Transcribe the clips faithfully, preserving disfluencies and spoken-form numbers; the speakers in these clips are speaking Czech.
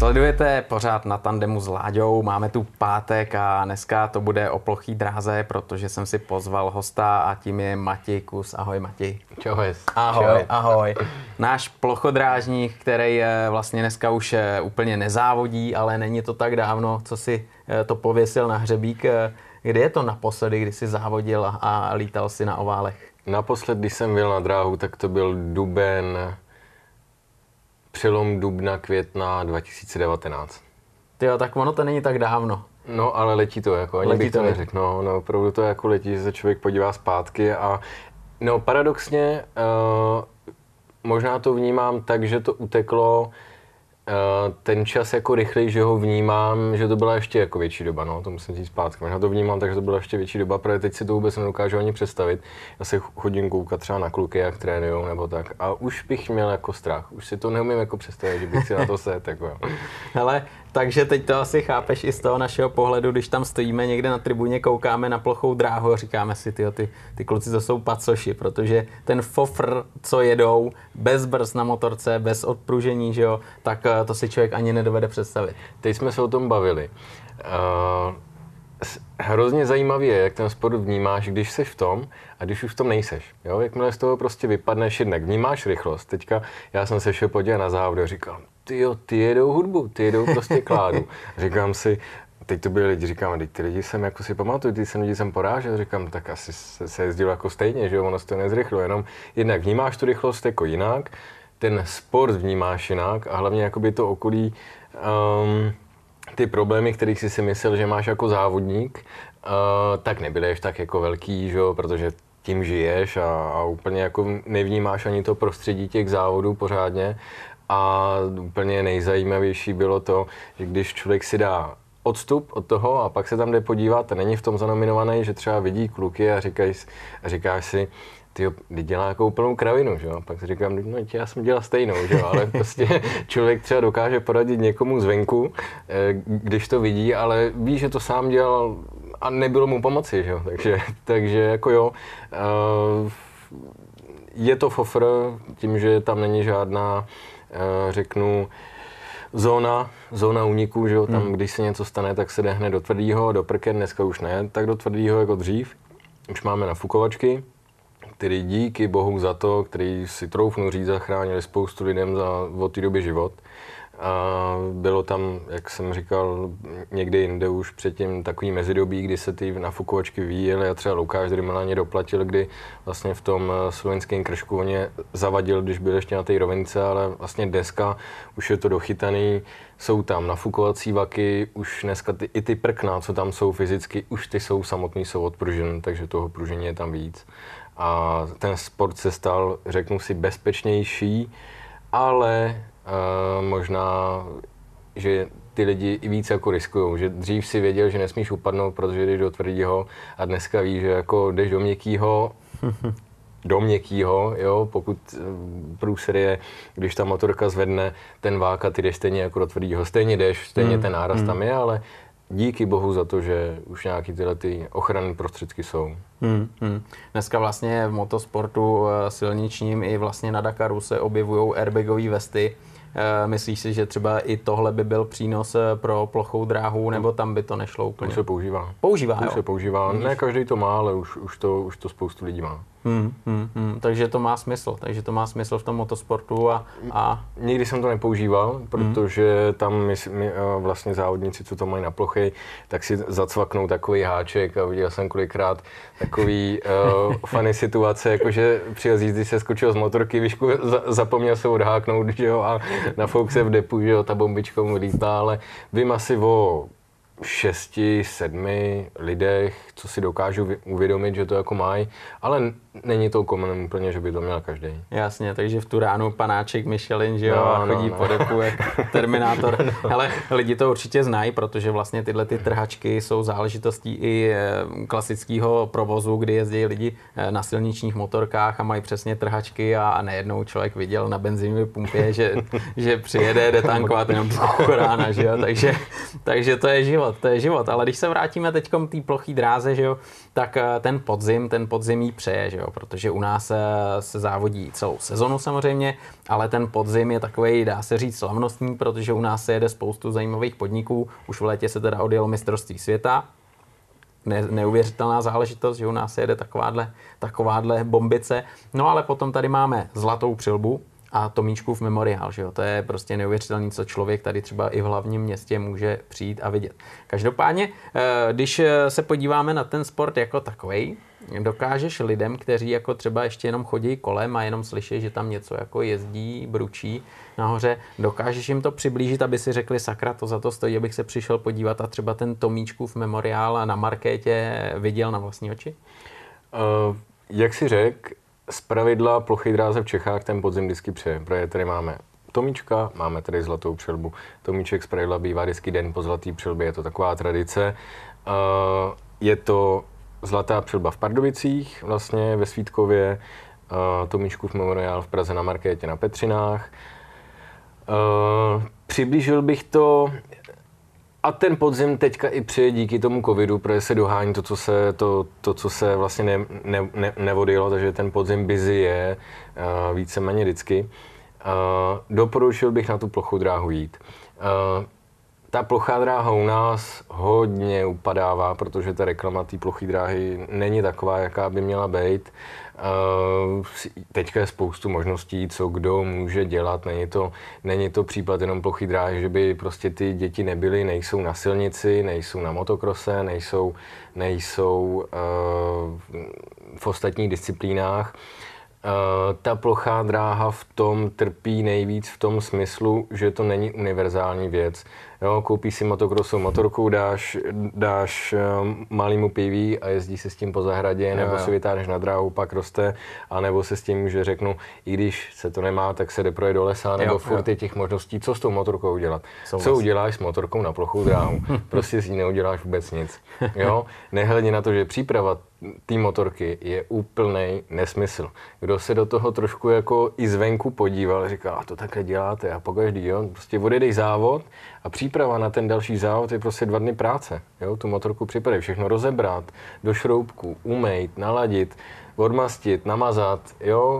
Sledujete pořád Na tandemu s Láďou, máme tu pátek a dneska to bude o plochý dráze, protože jsem si pozval hosta a tím je Matěj Kus. Ahoj Matěj. Čau. Ahoj, Čau. ahoj. Náš plochodrážník, který vlastně dneska už úplně nezávodí, ale není to tak dávno, co si to pověsil na hřebík. Kdy je to naposledy, kdy jsi závodil a lítal si na oválech? Naposled, když jsem byl na dráhu, tak to byl duben, přelom dubna, května dva tisíce devatenáct. Tyjo, tak ono to není tak dávno. No, ale letí to, jako, ani letí bych to, to neřekl. No, no, opravdu to jako letí, že se člověk podívá zpátky a no, paradoxně, uh, možná to vnímám tak, že to uteklo Uh, ten čas jako rychlej, že ho vnímám, že to byla ještě jako větší doba, no, to musím říct zpátky. Možná to vnímám tak, že to byla ještě větší doba, protože teď si to vůbec nedokážu ani představit. Já se chodím koukat třeba na kluky, jak trénujou nebo tak a už bych měl jako strach. Už si to neumím jako představit, že bych si na to set, jako jo. Hele, takže teď to asi chápeš i z toho našeho pohledu, když tam stojíme někde na tribuně, koukáme na plochou dráhu a říkáme si, tyjo, ty, ty kluci to jsou pacoši, protože ten fofr, co jedou, bez brzd na motorce, bez odpružení, že jo, tak to si člověk ani nedovede představit. Teď jsme se o tom bavili. Uh, hrozně zajímavý je, jak ten sport vnímáš, když jsi v tom a když už v tom nejseš. Jo? Jakmile z toho prostě vypadneš jednak, vnímáš rychlost. Teďka já jsem se šel podívat na závod a říkal, tyjo, ty jedou hudbu, ty jedou prostě kládu. Říkám si, teď to byli lidi, říkám, teď ty lidi jsem jako si pamatuju, ty jsem lidi jsem porážel, říkám, tak asi se, se jezdilo jako stejně, že jo, ono se to nezrychlo, jenom jednak vnímáš tu rychlost jako jinak, ten sport vnímáš jinak a hlavně jakoby to okolí, um, ty problémy, kterých jsi si myslel, že máš jako závodník, uh, tak nebyly až tak jako velký, že jo, protože tím žiješ a, a úplně jako nevnímáš ani to prostředí těch závodů pořádně a úplně nejzajímavější bylo to, že když člověk si dá odstup od toho a pak se tam jde podívat a není v tom zanominovaný, že třeba vidí kluky a říkáš, říkáš si, tyjo, dělá jako úplnou kravinu, že jo? Pak si říkám, no já jsem dělal stejnou, že jo? Ale prostě člověk třeba dokáže poradit někomu zvenku, když to vidí, ale ví, že to sám dělal a nebylo mu pomoci, že jo? Takže, takže jako jo, je to fofr tím, že tam není žádná, řeknu, Zóna, zóna úniku, že jo, tam, hmm. když se něco stane, tak se jde hned do tvrdýho, do prken, dneska už ne, tak do tvrdýho jako dřív. Už máme nafukovačky, který díky bohu za to, který si troufnu říct, zachránili spoustu lidem za od té doby život. A bylo tam, jak jsem říkal, někdy jinde už předtím takový mezidobí, kdy se ty nafukovačky vyvíjely a třeba Lukáš Drymala doplatil, kdy vlastně v tom slovenském Kršku on je zavadil, když byl ještě na té rovince, ale vlastně dneska už je to dochytaný, jsou tam nafukovací vaky, už dneska ty, i ty prkna, co tam jsou fyzicky, už ty jsou samotný, jsou odpružen, takže toho pružení je tam víc. A ten sport se stal, řeknu si, bezpečnější, ale Uh, možná, že ty lidi i víc jako riskujou, že dřív si věděl, že nesmíš upadnout, protože jdeš do tvrdýho a dneska víš, že jako jdeš do měkkýho, do měkkýho, jo, pokud průser je, když ta motorka zvedne ten vák a ty jdeš stejně jako do tvrdýho, stejně jdeš, stejně hmm. ten náraz hmm. tam je, ale díky bohu za to, že už nějaký tyhle ty ochranné prostředky jsou. Hmm, hmm. Dneska vlastně v motosportu silničním i vlastně na Dakaru se objevují airbagové vesty. Myslíš si, že třeba i tohle by byl přínos pro plochou dráhu, nebo tam by to nešlo úplně? Už se používá. Používá, už jo? se používá. Ne každý to má, ale už, už, to, už to spoustu lidí má. Hmm, hmm, hmm. Takže to má smysl. Takže to má smysl v tom motosportu a... a... Nikdy jsem to nepoužíval, protože hmm. tam my, my, vlastně závodníci, co to mají na plochy, tak si zacvaknou takový háček a viděl jsem kolikrát takový uh, funny situace, jakože přijel jízdy se skočil z motorky, výšku, za, zapomněl se odháknout, že jo, a nafouk se v depu, že jo, ta bombička mu lítá, ale vím asi o šesti, sedmi lidech, co si dokážu uvědomit, že to jako mají, ale není to common úplně, že by to měl každý. Jasně, takže v tu ránu panáček Michelin, že jo, no, a chodí no, po no. depu jak Terminátor. No. Ale lidi to určitě znají, protože vlastně tyhle ty trhačky jsou záležitostí i klasického provozu, kdy jezdí lidi na silničních motorkách a mají přesně trhačky a nejednou člověk viděl na benzínové pumpě, že, že přijede, jde tankovat jenom rána, že jo, takže, takže to je život. život, to je život, ale když se vrátíme teď k té plochý dráze, že jo, tak ten podzim, ten podzim jí přeje, že jo, protože u nás se, se závodí celou sezonu samozřejmě, ale ten podzim je takovej, dá se říct, slavnostní, protože u nás se jede spoustu zajímavých podniků, už v létě se teda odjelo mistrovství světa, Ne, neuvěřitelná záležitost, že u nás se jede takováhle, takováhle bombice. No ale potom tady máme Zlatou přilbu a Tomíčkův memoriál, že jo? To je prostě neuvěřitelný, co člověk tady třeba i v hlavním městě může přijít a vidět. Každopádně, když se podíváme na ten sport jako takovej, dokážeš lidem, kteří jako třeba ještě jenom chodí kolem a jenom slyší, že tam něco jako jezdí, bručí nahoře, dokážeš jim to přiblížit, aby si řekli, sakra, to za to stojí, abych se přišel podívat a třeba ten Tomíčkův memoriál na markétě viděl na vlastní oči? Uh, jak si řekl, zpravidla plochý dráze v Čechách ten podzim vždycky přeje, protože tady máme Tomíčka, máme tady Zlatou přilbu. Tomíček zpravidla bývá vždycky den po Zlaté přilbě, je to taková tradice. Uh, je to Zlatá přilba v Pardubicích, vlastně ve Svítkově, uh, Tomíčkův memoriál v Praze na markétě na Petřinách. Uh, přiblížil bych to, a ten podzim teďka i přeje díky tomu covidu, protože se dohání to, co se, to, to, co se vlastně ne, ne, ne, nevodilo, takže ten podzim busy je uh, víceméně vždycky. Uh, doporučil bych na tu plochou dráhu jít. Uh, Ta plochá dráha u nás hodně upadává, protože ta reklama té ploché dráhy není taková, jaká by měla být. Teďka je spoustu možností, co kdo může dělat. Není to, není to případ jenom plochý dráhy, že by prostě ty děti nebyly, nejsou na silnici, nejsou na motokrose, nejsou, nejsou uh, v ostatních disciplínách. Uh, ta plochá dráha v tom trpí nejvíc v tom smyslu, že to není univerzální věc. Jo, koupíš si motokrosovou motorku, dáš, dáš um, malýmu piví a jezdí se s tím po zahradě, nebo jo, jo. si vytáhneš na dráhu, pak roste, anebo se s tím, že řeknu, i když se to nemá, tak se jde projet do lesa, nebo jo, furt jo. je těch možností, co s tou motorkou udělat. Co, co uděláš s motorkou na plochou dráhu? Prostě s ní neuděláš vůbec nic. Jo? Nehledě na to, že příprava té motorky je úplnej nesmysl. Kdo se do toho trošku jako i zvenku podíval, říká, a to takhle děláte a pokaždý, jo? Prostě odjedeš závod a příprava na ten další závod je prostě dva dny práce. Jo? Tu motorku připravit, všechno rozebrat, do šroubku, umejt, naladit, odmastit, namazat, jo?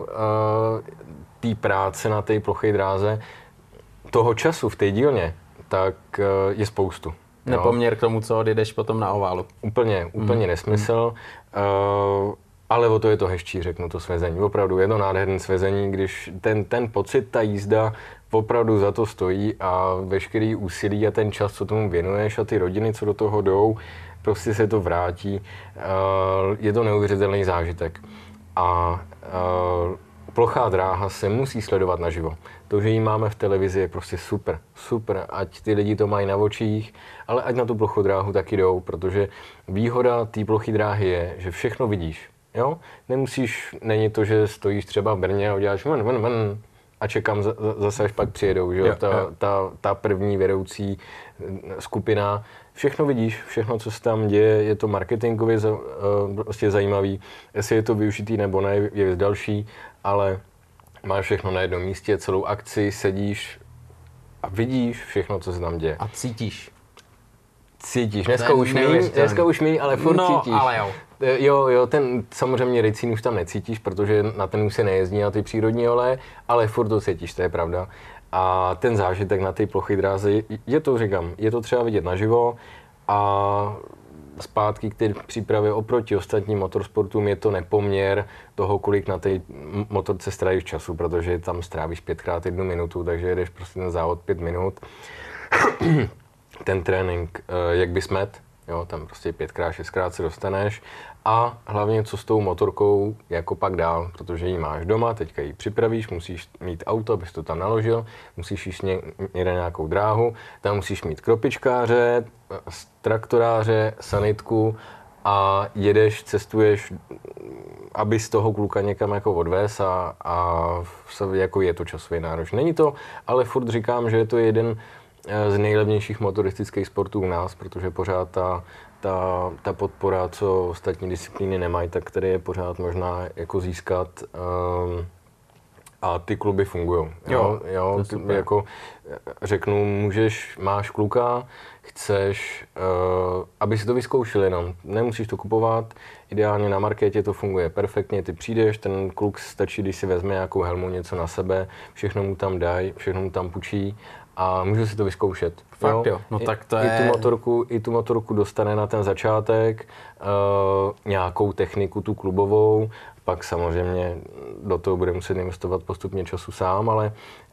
Té práce na té ploché dráze, toho času v té dílně, tak je spoustu. Nepoměr k tomu, co odjedeš potom na oválu. Úplně, úplně mm. nesmysl, mm. Uh, ale o to je to hezčí, řeknu to svezení. Opravdu je to nádherné svezení, když ten, ten pocit, ta jízda opravdu za to stojí a veškerý úsilí a ten čas, co tomu věnuješ a ty rodiny, co do toho jdou, prostě se to vrátí. Uh, je to neuvěřitelný zážitek. A uh, plochá dráha se musí sledovat naživo. To, že ji máme v televizi, je prostě super, super, ať ty lidi to mají na očích, ale ať na tu plochou dráhu taky jdou, protože výhoda té ploché dráhy je, že všechno vidíš, jo? Nemusíš, není to, že stojíš třeba v Brně a uděláš ven, ven, ven a čekám zase, až pak přijedou, že jo? Ta, ta, ta první vedoucí skupina, všechno vidíš, všechno, co se tam děje, je to marketingově za, prostě zajímavý, jestli je to využitý nebo ne, je věc další, ale máš všechno na jednom místě, celou akci, sedíš a vidíš všechno, co se tam děje. A cítíš. Cítíš. Dneska už míň, dneska už míň, ale furt no, cítíš. ale jo. Jo, jo, ten samozřejmě ricín už tam necítíš, protože na ten už se nejezdí na ty přírodní oleje, ale furt to cítíš, to je pravda. A ten zážitek na té ploché dráze, je to, říkám, je to třeba vidět naživo a zpátky k té přípravě oproti ostatním motorsportům je to nepoměr toho, kolik na té motorce strávíš času, protože tam strávíš pětkrát jednu minutu, takže jedeš prostě ten závod pět minut. Ten trénink, jak bys met, jo, tam prostě pětkrát, šestkrát se dostaneš a hlavně co s tou motorkou jako pak dál, protože ji máš doma, teďka ji připravíš, musíš mít auto, abys to tam naložil, musíš jít někde nějakou dráhu, tam musíš mít kropičkáře, traktoráře, sanitku a jedeš, cestuješ, aby z toho kluka někam jako odvez a, a jako je to časově náročné. Není to, ale furt říkám, že je to jeden z nejlevnějších motoristických sportů u nás, protože pořád ta, ta, ta podpora, co ostatní disciplíny nemají, tak tady je pořád možná jako získat. Um, a ty kluby fungují. Jo, jo, jo ty, jako řeknu, můžeš, máš kluka, chceš, uh, aby si to vyzkoušel jenom, nemusíš to kupovat, ideálně na marketě to funguje perfektně, ty přijdeš, ten kluk stačí, když si vezme nějakou helmu, něco na sebe, všechno mu tam dají, všechno mu tam půjčí a může si to vyzkoušet. Fakt jo, jo. No tak to I, je... I tu, motorku, I tu motorku dostane na ten začátek, uh, nějakou techniku, tu klubovou, pak samozřejmě do toho bude muset investovat postupně času sám, ale,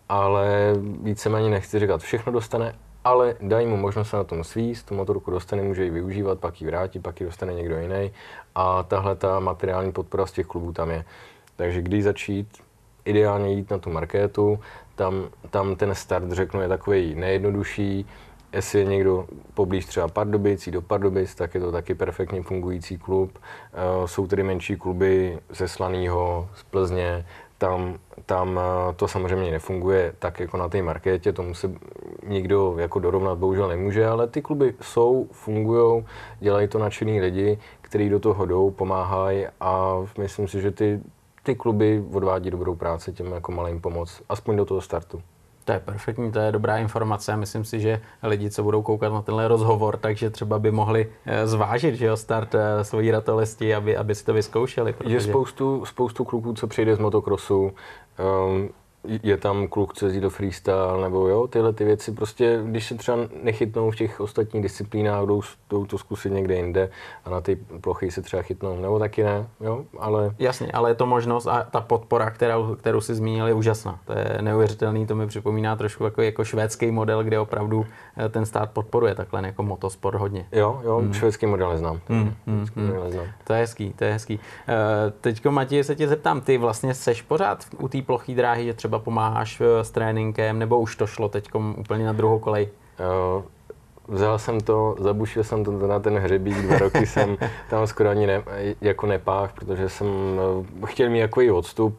ale víceméně nechci říkat, všechno dostane, ale dají mu možnost se na tom svíst, tu motorku dostane, může ji využívat, pak ji vrátí, pak ji dostane někdo jiný a tahle ta materiální podpora z těch klubů tam je. Takže když začít, ideálně jít na tu marketu, tam, tam ten start, řeknu, je takový nejjednodušší. Jestli je někdo poblíž třeba Pardubic, do Pardubic, tak je to taky perfektně fungující klub. Uh, jsou tedy menší kluby ze Slaného, z Plzně, tam, tam uh, to samozřejmě nefunguje tak jako na té marketě, tomu se nikdo jako dorovnat bohužel nemůže, ale ty kluby jsou, fungujou, dělají to nadšený lidi, kteří do toho jdou, pomáhají a myslím si, že ty, ty kluby odvádí dobrou práci těm jako malým pomoc, aspoň do toho startu. To je perfektní, to je dobrá informace. Myslím si, že lidi, co budou koukat na tenhle rozhovor, takže třeba by mohli zvážit, že jo, start svojí ratolesti, aby, aby si to vyzkoušeli. Protože... Je spoustu, spoustu kluků, co přijde z motokrosu, um, je tam kluk, co jezdí do freestyle, nebo jo, tyhle ty věci, prostě když se třeba nechytnou v těch ostatních disciplínách, jdou, jdou to zkusit někde jinde a na ty plochy se třeba chytnou, nebo taky ne, jo, ale... Jasně, ale je to možnost a ta podpora, kterou, kterou si zmínil, je úžasná. To je neuvěřitelný, to mi připomíná trošku jako, jako švédský model, kde opravdu ten stát podporuje takhle jako motosport hodně. Jo, jo, hmm. švédský model neznám. Hmm, hmm, hmm. model neznám. To je hezký, to je hezký. Uh, teďko, Matěj, se tě zeptám, ty vlastně seš pořád u té ploché dráhy, že třeba pomáháš s tréninkem, nebo už to šlo teď úplně na druhou kolej? Uh, vzal jsem to, zabušil jsem to na ten hřebík, dva roky jsem tam skoro ani ne, jako nepáh, protože jsem uh, chtěl mít takový odstup.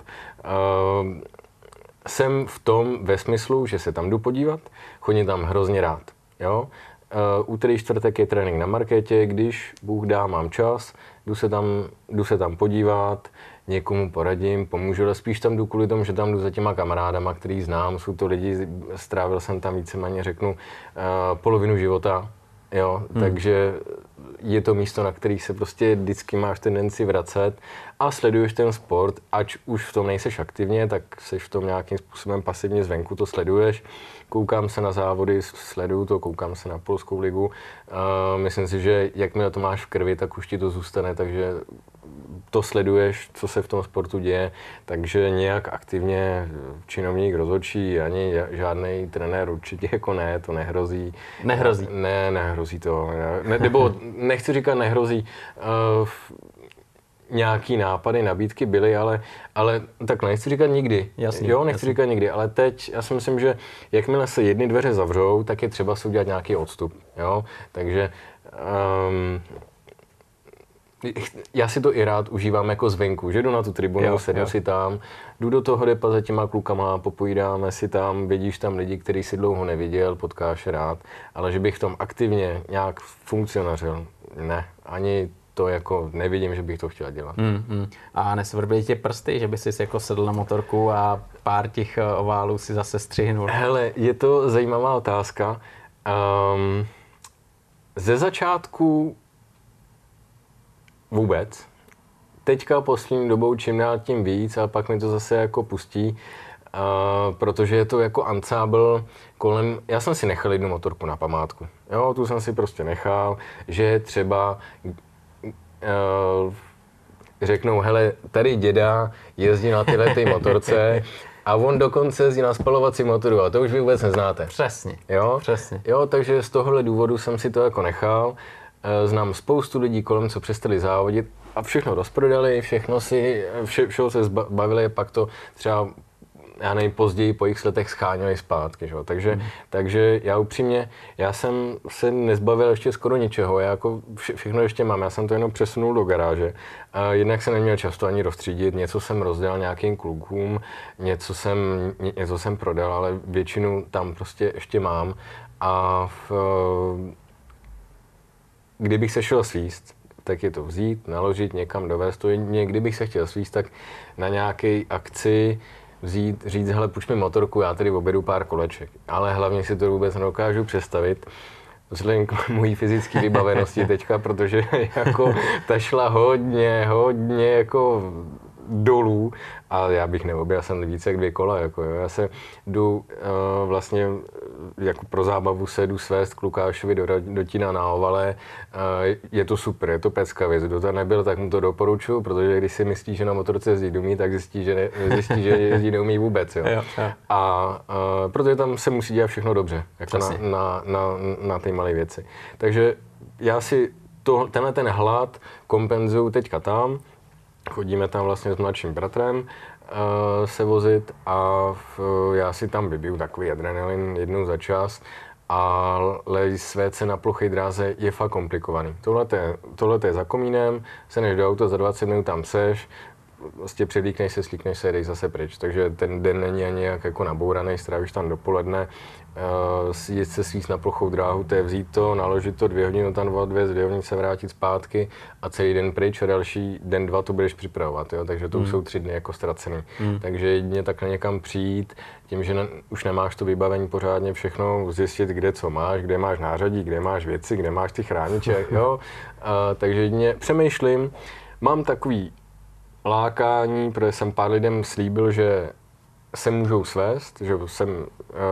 Uh, jsem v tom ve smyslu, že se tam jdu podívat, chodím tam hrozně rád. Jo? Uh, úterý, čtvrtek je trénink na marketě, když Bůh dá, mám čas, jdu se tam, jdu se tam podívat, někomu poradím, pomůžu, ale spíš tam jdu kvůli tomu, že tam jdu za těma kamarádama, který znám, jsou to lidi, strávil jsem tam víceméně, řeknu, uh, polovinu života, jo, hmm. takže je to místo, na který se prostě vždycky máš tendenci vracet a sleduješ ten sport, ať už v tom nejseš aktivně, tak seš v tom nějakým způsobem pasivně zvenku, to sleduješ. Koukám se na závody, sleduju to, koukám se na polskou ligu. Uh, myslím si, že jakmile to máš v krvi, tak už ti to zůstane, takže to sleduješ, co se v tom sportu děje, takže nějak aktivně činovník rozhodčí, ani žádný trenér určitě jako ne, to nehrozí. Nehrozí? Ne, nehrozí to. Ne, nebo nechci říkat nehrozí, uh, nějaký nápady, nabídky byly, ale, ale takhle, nechci říkat nikdy. Jasně, jo, nechci jasně. říkat nikdy, ale teď já si myslím, že jakmile se jedny dveře zavřou, tak je třeba si udělat nějaký odstup, jo, takže um, já si to i rád užívám jako zvenku, že jdu na tu tribunu, jo, sednu jo. si tam, jdu do toho depa za těma klukama, popojídáme si tam, vidíš tam lidi, který si dlouho neviděl, potkáš rád, ale že bych v tom aktivně nějak funkcionařil, ne, ani to jako nevidím, že bych to chtěl dělat. Hmm, hmm. A nesvrbějí tě prsty, že by jsi jako sedl na motorku a pár těch oválů si zase střihnul? Hele, je to zajímavá otázka. Um, ze začátku vůbec. Teďka poslední dobou čím dál tím víc a pak mi to zase jako pustí, uh, protože je to jako ansábl kolem, já jsem si nechal jednu motorku na památku, jo, tu jsem si prostě nechal, že třeba uh, řeknou, hele, tady děda jezdí na tyhle ty motorce a on dokonce jezdí na spalovací motoru a to už vy vůbec neznáte. Přesně, jo? přesně. Jo, takže z tohohle důvodu jsem si to jako nechal. Znám spoustu lidí kolem, co přestali závodit a všechno rozprodali, všechno si, vše, všeho se zbavili a pak to třeba, já nevím, později po x letech scháněli zpátky, že? Takže, mm. takže já upřímně, já jsem se nezbavil ještě skoro ničeho, já jako vše, všechno ještě mám, já jsem to jenom přesunul do garáže a jednak jsem neměl často ani rozstřídit, něco jsem rozdělal nějakým klukům, něco jsem, něco jsem prodal, ale většinu tam prostě ještě mám a v, kdybych se šel svíst, tak je to vzít, naložit, někam dovést. To je, kdybych se chtěl svíst, tak na nějaké akci vzít, říct, hele, půjč mi motorku, já tady objedu pár koleček. Ale hlavně si to vůbec nedokážu představit, vzhledem k mojí fyzické vybavenosti teďka, protože jako ta šla hodně, hodně jako dolů a já bych neobjel jsem více jak dvě kola, jako jo. Já se jdu uh, vlastně jako pro zábavu se jdu svést k Lukášovi do, do Tína na Ovale. Uh, je to super, je to pecka věc. Kdo to nebyl, tak mu to doporučuji, protože když si myslí, že na motorce jezdí neumí, tak zjistí, že, ne, zjistí, že jezdí neumí vůbec, jo. Jo, jo. A uh, protože tam se musí dělat všechno dobře, jako na, na, na, na ty malé věci. Takže já si to, tenhle ten hlad kompenzuju teďka tam. Chodíme tam vlastně s mladším bratrem uh, se vozit a v, já si tam vybiju takový adrenalin jednou za čas, ale svést se na ploché dráze je fakt komplikovaný. Tohle je, tohle je za komínem, se než do auta, za dvacet minut tam seš, vlastně převlíkneš se, slíkneš se, jdeš zase pryč. Takže ten den není ani jak jako nabouraný, strávíš tam dopoledne, uh, jít se svíst na plochou dráhu, to je vzít to, naložit to, dvě hodiny tam odvést, dvě hodiny se vrátit zpátky a celý den pryč a další den, dva to budeš připravovat, jo? Takže to mm. už jsou tři dny jako ztracený. Mm. Takže jedině takhle někam přijít, tím, že ne, už nemáš to vybavení pořádně všechno, zjistit, kde co máš, kde máš nářadí, kde máš věci, kde máš ty chrániče, jo? Uh, takže jedině přemýšlím, mám takový lákání, protože jsem pár lidem slíbil, že se můžou svést, že, jsem, uh,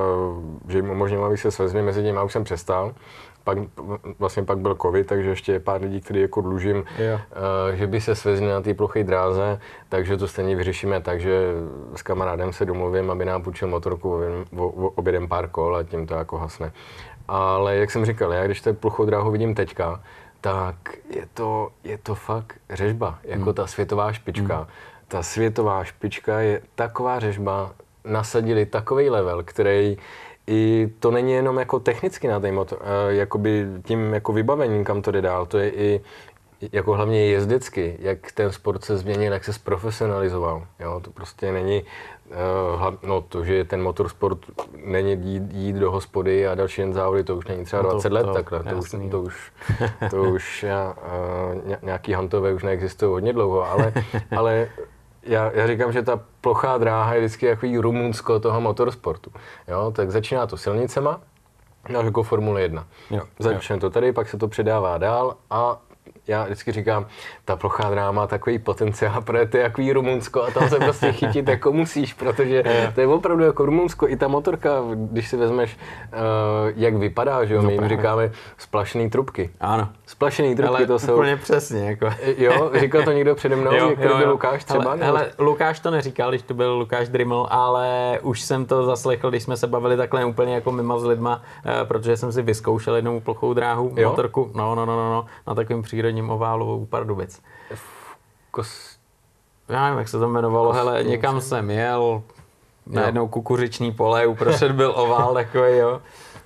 že jim umožnil, aby se svezli, mezi tím já už jsem přestal. Pak, vlastně pak byl covid, takže ještě je pár lidí, který jako dlužím, uh, že by se svezli na té ploché dráze, takže to stejně vyřešíme tak, že s kamarádem se domluvím, aby nám půjčil motorku, objedem pár kol a tím to jako hasne. Ale jak jsem říkal, já když tu plochou dráhu vidím teďka, tak je to, je to fakt řežba, jako hmm. ta světová špička. Hmm. Ta světová špička je taková řežba, nasadili takový level, který i to není jenom jako technicky na té motor, jakoby tím jako vybavením, kam to jde dál, to je i jako hlavně jezdecky, jak ten sport se změnil, jak se zprofesionalizoval. Jo, to prostě není, uh, no to, že ten motorsport není jít, jít do hospody a další den závody, to už není třeba no to, dvacet let to, takhle, to už, to už, to už já, uh, nějaký hantové už neexistují hodně dlouho, ale, ale já, já říkám, že ta plochá dráha je vždycky takový Rumunsko toho motorsportu. Jo, tak začíná to silnicema, jako Formule jedna. Jo, Začne jo. to tady, pak se to předává dál a já vždycky říkám, ta plochá dráha má takový potenciál, protože to je takový Rumunsko a tam se prostě chytit jako musíš, protože to je opravdu jako Rumunsko. I ta motorka, když si vezmeš, uh, jak vypadá, že jo, no, my jim říkáme splašený trubky. Ano. Splašený trubky, ale to jsou... úplně přesně, jako. Jo, říkal to někdo přede mnou, jo, jako jo, byl Lukáš třeba? Ale, hele, Lukáš to neříkal, když to byl Lukáš Dryml, ale už jsem to zaslechl, když jsme se bavili takhle úplně jako mimo s lidma, uh, protože jsem si vyzkoušel jednou plochou dráhu, jo? motorku, no, no, no, no, no, na takovým přírodním oválu u Pardubic. Kos... Já nevím, jak se to jmenovalo, Kos... hele, někam jsem jel, najednou kukuřičný pole, uprostřed byl ovál takový, jo.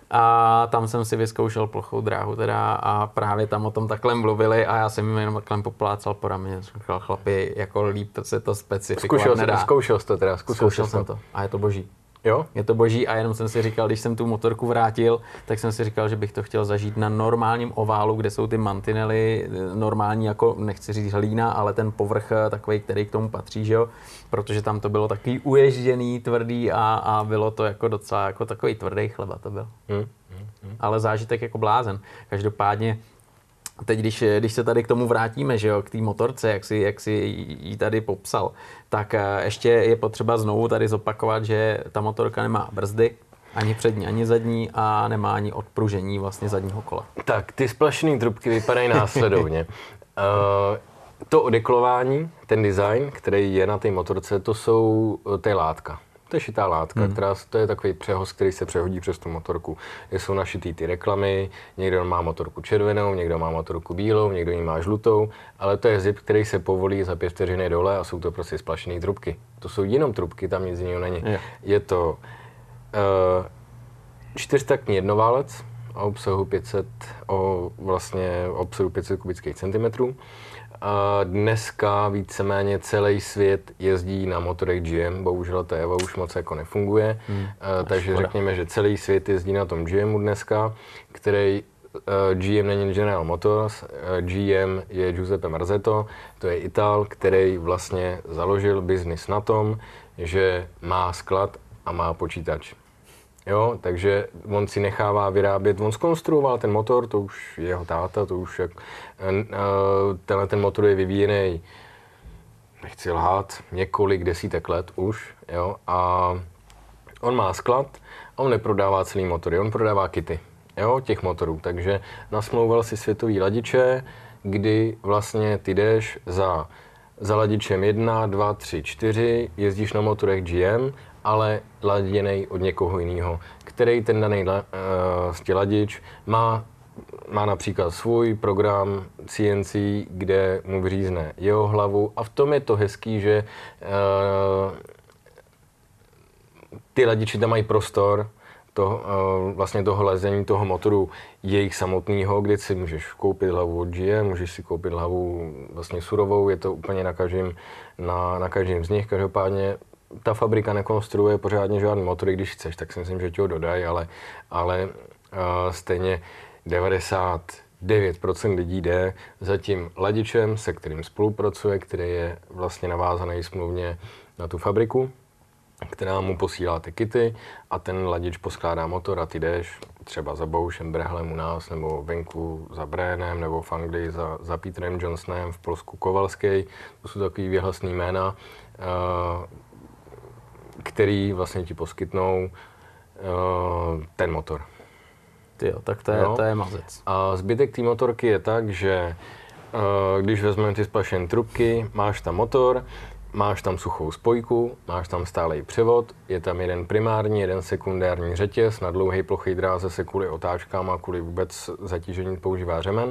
A tam jsem si vyzkoušel plochou dráhu teda a právě tam o tom takhle mluvili a já jsem jim jenom takhle poplácal po rameně. Říkal, chlapi, jako líp se to specifikovat zkoušel nedá. Zkoušel jsi to teda, zkoušel, zkoušel jsem to. to a je to boží. Jo? Je to boží a jenom jsem si říkal, když jsem tu motorku vrátil, tak jsem si říkal, že bych to chtěl zažít na normálním oválu, kde jsou ty mantinely normální, jako nechci říct hlína, ale ten povrch takový, který k tomu patří, že jo? Protože tam to bylo takový uježděný, tvrdý a, a bylo to jako docela jako takový tvrdý chleba to byl. Hmm. Hmm. Hmm. Ale zážitek jako blázen. Každopádně teď, když, když se tady k tomu vrátíme, že jo, k té motorce, jak si, jak si ji tady popsal, tak ještě je potřeba znovu tady zopakovat, že ta motorka nemá brzdy, ani přední, ani zadní a nemá ani odpružení vlastně zadního kola. Tak, ty splašený trubky vypadají následovně. uh, to odeklování, ten design, který je na té motorce, to jsou, to je látka. To je šitá látka, hmm. která, to je takový přehoz, který se přehodí přes tu motorku. Jsou našitý ty reklamy, někdo má motorku červenou, někdo má motorku bílou, někdo ji má žlutou, ale to je zip, který se povolí za pět vteřiny dole a jsou to prostě splašené trubky. To jsou jenom trubky, tam nic jiného není. Je, je to uh, čtyřtaktní jednoválec o obsahu pět set, o vlastně obsahu pět set kubických centimetrů. A dneska víceméně celý svět jezdí na motorech G M, bohužel ta Evo už moc jako nefunguje, hmm, takže škoda. Řekněme, že celý svět jezdí na tom G M u dneska, který G M není General Motors, G M je Giuseppe Marzetto, to je Ital, který vlastně založil biznis na tom, že má sklad a má počítač. Jo, takže on si nechává vyrábět, on zkonstruoval ten motor, to už je jeho táta, to už jak, tenhle ten motor je vyvíjený, nechci lhát, několik desítek let už, jo, a on má sklad a on neprodává celý motory, on prodává kity, jo, těch motorů, takže nasmlouval si světový ladiče, kdy vlastně ty jdeš za, za ladičem jedna, dva, tři, čtyři, jezdíš na motorech G M, ale laděnej od někoho jiného, který ten daný uh, ladič má, má například svůj program C N C, kde mu vyřízne jeho hlavu a v tom je to hezký, že uh, ty ladiči tam mají prostor to, uh, vlastně toho lezení toho motoru jejich samotného, kde si můžeš koupit hlavu od G M, můžeš si koupit hlavu vlastně surovou, je to úplně na každém, na, na každém z nich, každopádně ta fabrika nekonstruuje pořádně žádný motory, když chceš, tak si myslím, že ti ho dodají, ale, ale uh, stejně devadesát devět procent lidí jde za tím ladičem, se kterým spolupracuje, který je vlastně navázaný smluvně na tu fabriku, která mu posílá ty kity a ten ladič poskládá motor a ty jdeš třeba za Boušem Brehlem u nás, nebo venku za Brénem, nebo v Anglii za, za Petrem Johnsonem, v Polsku Kovalský. To jsou takový věhlasný jména, uh, který vlastně ti poskytnou uh, ten motor. Tyjo, tak to je, to je mazec. A zbytek té motorky je tak, že uh, když vezmeme ty splašené trubky, máš tam motor, máš tam suchou spojku, máš tam stálej převod, je tam jeden primární, jeden sekundární řetěz, na dlouhé ploché dráze se kvůli otáčkám a kvůli vůbec zatížení používá řemen. Uh,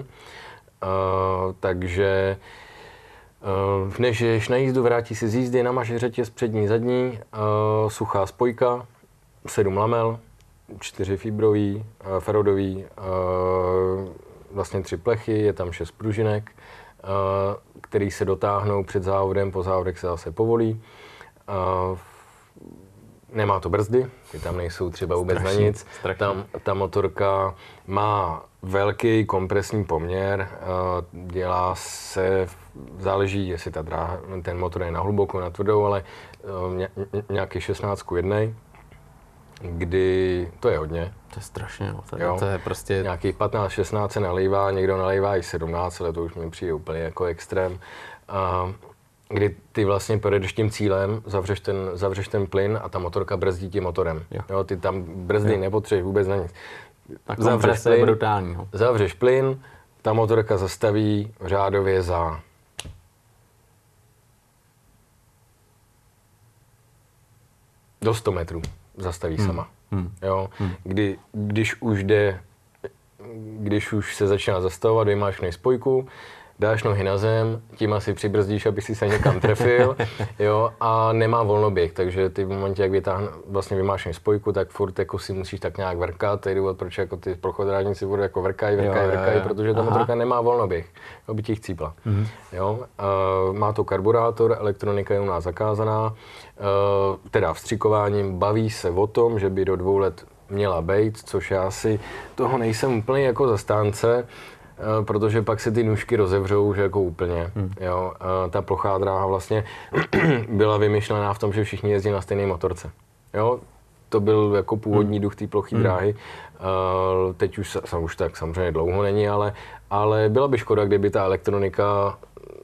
takže uh, než jdeš na jízdu, vrátí si z jízdy, namažeš řetěz přední, zadní, uh, suchá spojka, sedm lamel, čtyři fibrový, uh, ferodový, uh, vlastně tři plechy, je tam šest pružinek, uh, který se dotáhnou před závodem, po závodech se zase povolí. Uh, nemá to brzdy, ty tam nejsou třeba vůbec strašný, na nic. Tam, ta motorka má velký kompresní poměr, uh, dělá se, záleží, jestli ta dráha, ten motor je na hluboko, na tvrdou, ale uh, nějaký šestnáct ku jedné, kdy to je hodně. To je strašně, no. to, je, to je prostě... Nějaký patnáct šestnáct se nalejvá, někdo nalejvá i sedmnáct, ale to už mi přijde úplně jako extrém. A kdy ty vlastně pojedeš tím cílem, zavřeš ten, zavřeš ten plyn a ta motorka brzdí tím motorem. Jo. Jo, ty tam brzdy jo. nepotřebuješ vůbec na nic. Ta komprese je brutální. No. Zavřeš plyn, ta motorka zastaví řádově za do sto metrů. Zastaví hmm. sama. Hmm. Jo? Hmm. Kdy, když už jde, když už se začíná zastavovat, vymáčkneš spojku, dáš nohy na zem, tím asi přibrzdíš, aby si se někam trefil, jo, a nemá volnoběh, takže ty v momentě, jak vytáhne, vlastně vymášneš spojku, tak furt jako si musíš tak nějak vrkat, to je důvod, proč jako ty prochodrážníci budou jako vrkají, vrkají, vrkají, protože ta motorka nemá volnoběh, aby ti chcípla. Mm-hmm. Jo, uh, má to karburátor, elektronika je u nás zakázaná, uh, teda vstřikováním baví se o tom, že by do dvou let měla být, což já si toho nejsem úplně jako zastánce, protože pak se ty nůžky rozevřou, že jako úplně, hmm. jo. Ta plochá dráha vlastně byla vymyšlená v tom, že všichni jezdí na stejné motorce, jo. To byl jako původní hmm. duch té ploché hmm. dráhy. Teď už, už tak samozřejmě dlouho není, ale, ale byla by škoda, kdyby ta elektronika...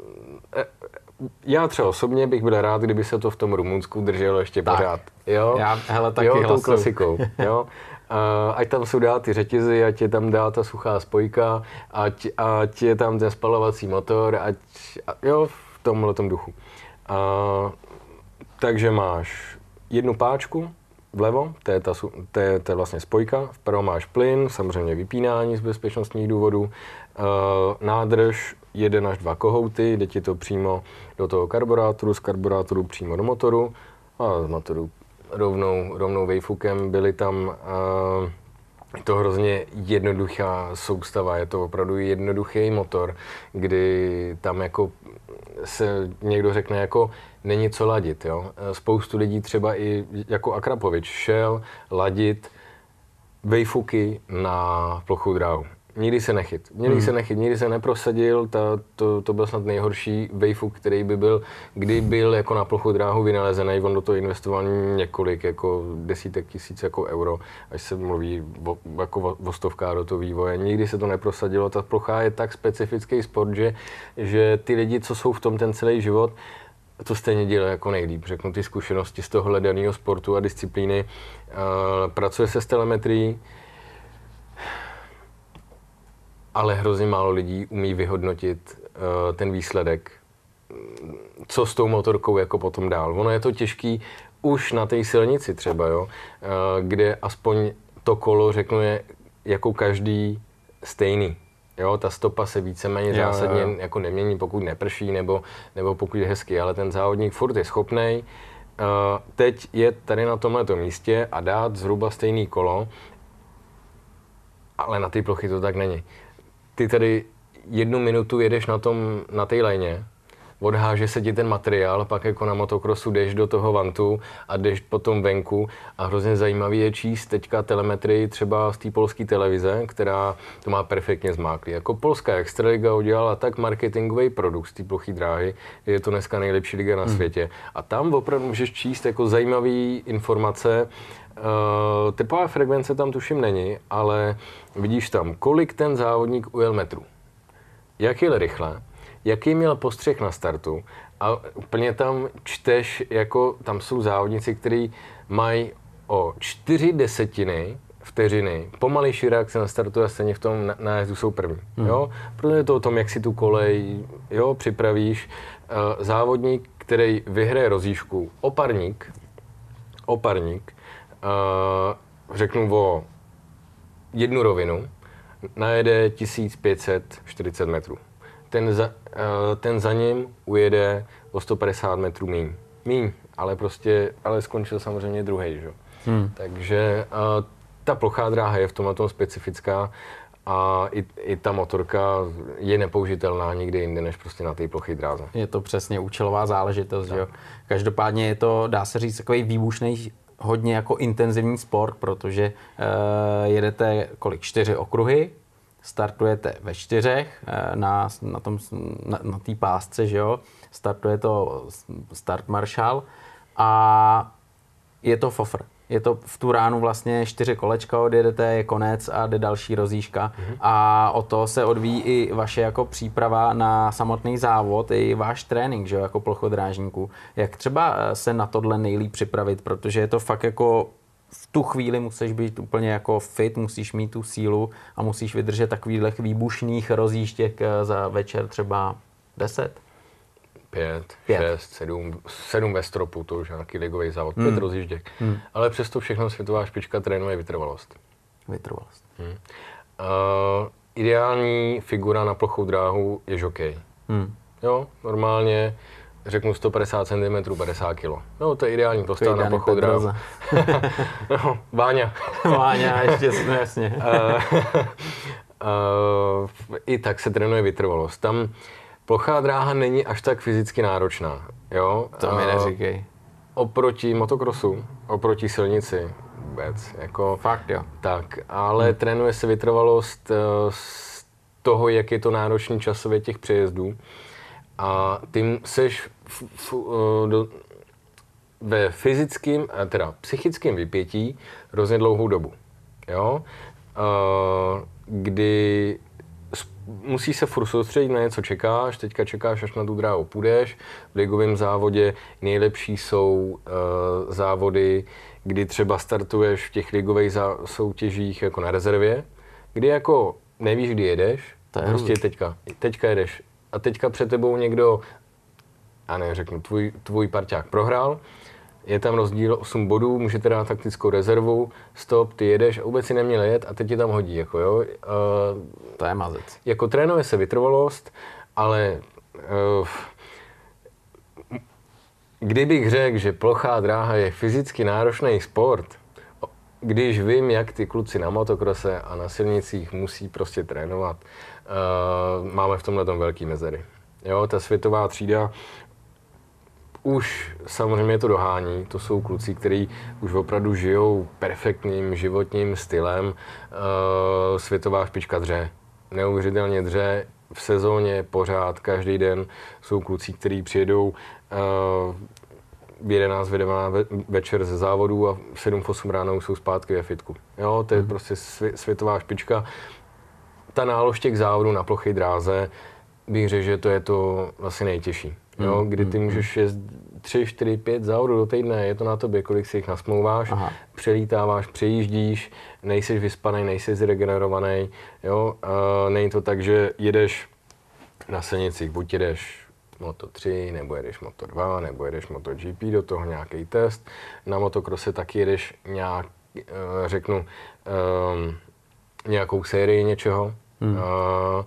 Já třeba osobně bych byl rád, kdyby se to v tom Rumunsku drželo ještě tak. pořád, jo. Já, hele, taky jo, tou hlasuju. klasikou, jo. Uh, ať tam jsou dál ty řetězy, ať je tam dál ta suchá spojka, ať, ať je tam ten spalovací motor, ať, a, jo, v tomhletom duchu. Uh, takže máš jednu páčku vlevo, to je, ta, to, je, to je vlastně spojka, vpravo máš plyn, samozřejmě vypínání z bezpečnostních důvodů, uh, nádrž, jeden až dva kohouty, jde ti to přímo do toho karburátoru, z karburátoru přímo do motoru a z motoru rovnou, rovnou vejfukem. Byly tam, uh, je to hrozně jednoduchá soustava, je to opravdu jednoduchý motor, kdy tam jako se někdo řekne jako není co ladit, jo. Spoustu lidí třeba i jako Akrapovič šel ladit vejfuky na plochou dráhu. Nikdy se nechyt. Nikdy hmm. se nechyt, nikdy se neprosadil, ta, to, to byl snad nejhorší wayfook, který by byl, kdy byl jako na plochou dráhu vynalezený, on do toho investoval několik, jako desítek tisíc jako euro, až se mluví o, jako o, o stovkách do toho vývoje. Nikdy se to neprosadilo, ta plocha je tak specifický sport, že, že ty lidi, co jsou v tom ten celý život, to stejně dělá jako nejlíp. Řeknu ty zkušenosti z toho hledaného sportu a disciplíny. Uh, pracuje se s telemetrií, ale hrozně málo lidí umí vyhodnotit uh, ten výsledek, co s tou motorkou jako potom dál. Ono je to těžký už na té silnici třeba, jo, uh, kde aspoň to kolo, řeknu, je jako každý stejný. Jo, ta stopa se víceméně jo, zásadně jo. jako nemění, pokud neprší nebo, nebo pokud je hezky, ale ten závodník furt je schopnej uh, teď je tady na tomhletom místě a dát zhruba stejný kolo, ale na té plochy to tak není. Ty tady jednu minutu jedeš na tom, na té lajně, odháže se ti ten materiál, pak jako na motokrosu jdeš do toho vantu a jdeš potom venku a hrozně zajímavý je číst teďka telemetrii třeba z té polské televize, která to má perfektně zmáklý. Jako polská Extraliga udělala tak marketingový produkt z té plochý dráhy, je to dneska nejlepší liga na světě. A tam opravdu můžeš číst jako zajímavé informace. Uh, typová frekvence tam tuším není, ale vidíš tam, kolik ten závodník ujel metrů, jak jel rychle, jaký měl postřeh na startu a úplně tam čteš, jako tam jsou závodníci, kteří mají o čtyři desetiny vteřiny pomalejší reakce na startu a stejně v tom nájezdu jsou první. Hmm. Jo? Protože je to o tom, jak si tu kolej jo, připravíš. Uh, závodník, který vyhraje rozjížďku, oparník, oparník, uh, řeknu o jednu rovinu, najede tisíc pět set čtyřicet metrů. Ten za, uh, ten za ním ujede o sto padesát metrů míň. Míň, ale prostě, ale skončil samozřejmě druhej, že? Hmm. Takže uh, ta plochá dráha je v tomhle tom specifická a i, i ta motorka je nepoužitelná nikdy jinde, než prostě na té ploché dráze. Je to přesně účelová záležitost, tak. Že jo? Každopádně je to, dá se říct, takový výbušný, hodně jako intenzivní sport, protože uh, jedete kolik? Čtyři okruhy, startujete ve čtyřech na, na, tom, na, na té pásce, že jo? Startuje to start maršál a je to fofr. Je to v tu ránu vlastně čtyři kolečka odjedete, je konec a jde další rozjížďka. Mm-hmm. A o to se odvíjí i vaše jako příprava na samotný závod, i váš trénink, že jo, jako plochodrážníků. Jak třeba se na tohle nejlíp připravit, protože je to fakt jako v tu chvíli musíš být úplně jako fit, musíš mít tu sílu a musíš vydržet takových výbušných rozjížděk za večer třeba deset. Pět, pět, šest, sedm, sedm ve stropu, to už je nějaký ligový závod, hmm. pět rozjížděk. Hmm. Ale přesto všechno světová špička trénuje vytrvalost. Vytrvalost. Hmm. Uh, ideální figura na plochou dráhu je žokej. Hmm. Jo, normálně řeknu sto padesát centimetrů, padesát kilo. No, to je ideální postava na plochou dráhu. No, Váňa. Váňa, ještě jasně. uh, uh, I tak se trénuje vytrvalost. Tam plochá dráha není až tak fyzicky náročná, jo? To mi neříkej. Oproti motokrosu, oproti silnici vůbec, jako... Fakt jo. Tak, ale hmm. trénuje se vytrvalost z toho, jak je to náročný časově těch přejezdů a ty seš f, f, do, ve fyzickém, teda psychickém vypětí hrozně dlouhou dobu, jo? Kdy musíš se furt soustředit na něco, čekáš, teďka čekáš, až na tu dráhu půjdeš. V ligovém závodě nejlepší jsou uh, závody, kdy třeba startuješ v těch ligových zá- soutěžích jako na rezervě, kdy jako nevíš, kdy jedeš, prostě teďka, teďka jedeš a teďka před tebou někdo, a ne, řeknu, tvůj, tvůj parťák prohrál, je tam rozdíl osm bodů, můžete dát taktickou rezervu, stop, ty jedeš a vůbec si neměl jet a teď ti tam hodí, jako jo. Uh, to je mazec. Jako trénuje se vytrvalost, ale uh, kdybych řekl, že plochá dráha je fyzicky náročný sport, když vím, jak ty kluci na motokrose a na silnicích musí prostě trénovat, uh, máme v tomhle tom velký mezery. Jo, ta světová třída už samozřejmě to dohání, to jsou kluci, kteří už opravdu žijou perfektním životním stylem, uh, světová špička dře. neuvěřitelně dře. V sezóně pořád, každý den jsou kluci, kteří přijedou uh, v jedenáct večer ze závodu a v sedm osm ráno jsou zpátky ve fitku. Jo, to je mm. prostě světová špička. Ta nálož těch závodů na ploché dráze, bych řekl, že to je to vlastně nejtěžší. Jo, kdy ty můžeš jet tři, čtyři, pět závodů do týdne, je to na tobě, kolik si jich nasmlouváš, Aha. přelítáváš, přejíždíš, nejseš vyspanej, nejseš zregenerovaný, jo, a není to tak, že jedeš na silnicích, buď jedeš Moto tři, nebo jedeš Moto dva, nebo jedeš MotoGP, do toho nějaký test, na motokrose taky jedeš nějak, řeknu, um, nějakou sérii něčeho. Hmm. Uh,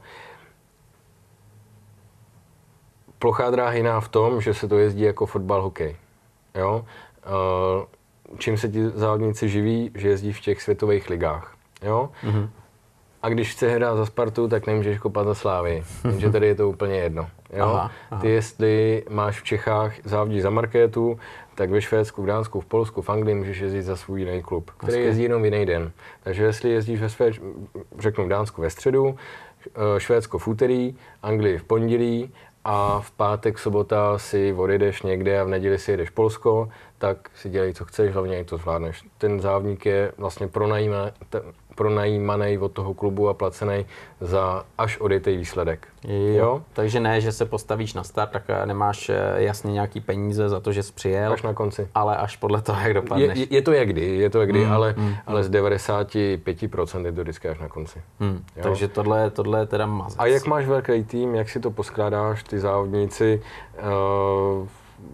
Plochá dráha jiná v tom, že se to jezdí jako fotbal, hokej. Jo? Uh, čím se ti závodníci živí, že jezdí v těch světových ligách. Jo? Mm-hmm. A když chce hrát za Spartu, tak nemůžeš kopat za Slávy. Takže tady je to úplně jedno. Jo? Aha, aha. Ty jestli máš v Čechách závodí za Markétu, tak ve Švédsku, v Dánsku, v Polsku, v Anglii můžeš jezdit za svůj jiný klub, který Hezky. jezdí jenom v jiný den. Takže jestli jezdíš ve své, řeknu v Dánsku ve středu, Švédsko v úterý, Anglii v pondělí, a v pátek, sobota si odjedeš někde a v neděli si jedeš Polsko, tak si dělej, co chceš, hlavně jak to zvládneš. Ten závodník je vlastně pronajímaný od toho klubu a placený za až odjetý výsledek. Jo. jo. Takže ne, že se postavíš na start, tak nemáš jasně nějaký peníze za to, že jsi přijel. Až na konci. Ale až podle toho, jak dopadneš. Je, je to jak kdy, je to jak kdy, mm, ale, mm, ale z devadesát pět procent je to vždycky až na konci. Mm, takže tohle, tohle je teda mazec. A jak máš velký tým, jak si to poskládáš, ty závodníci, uh,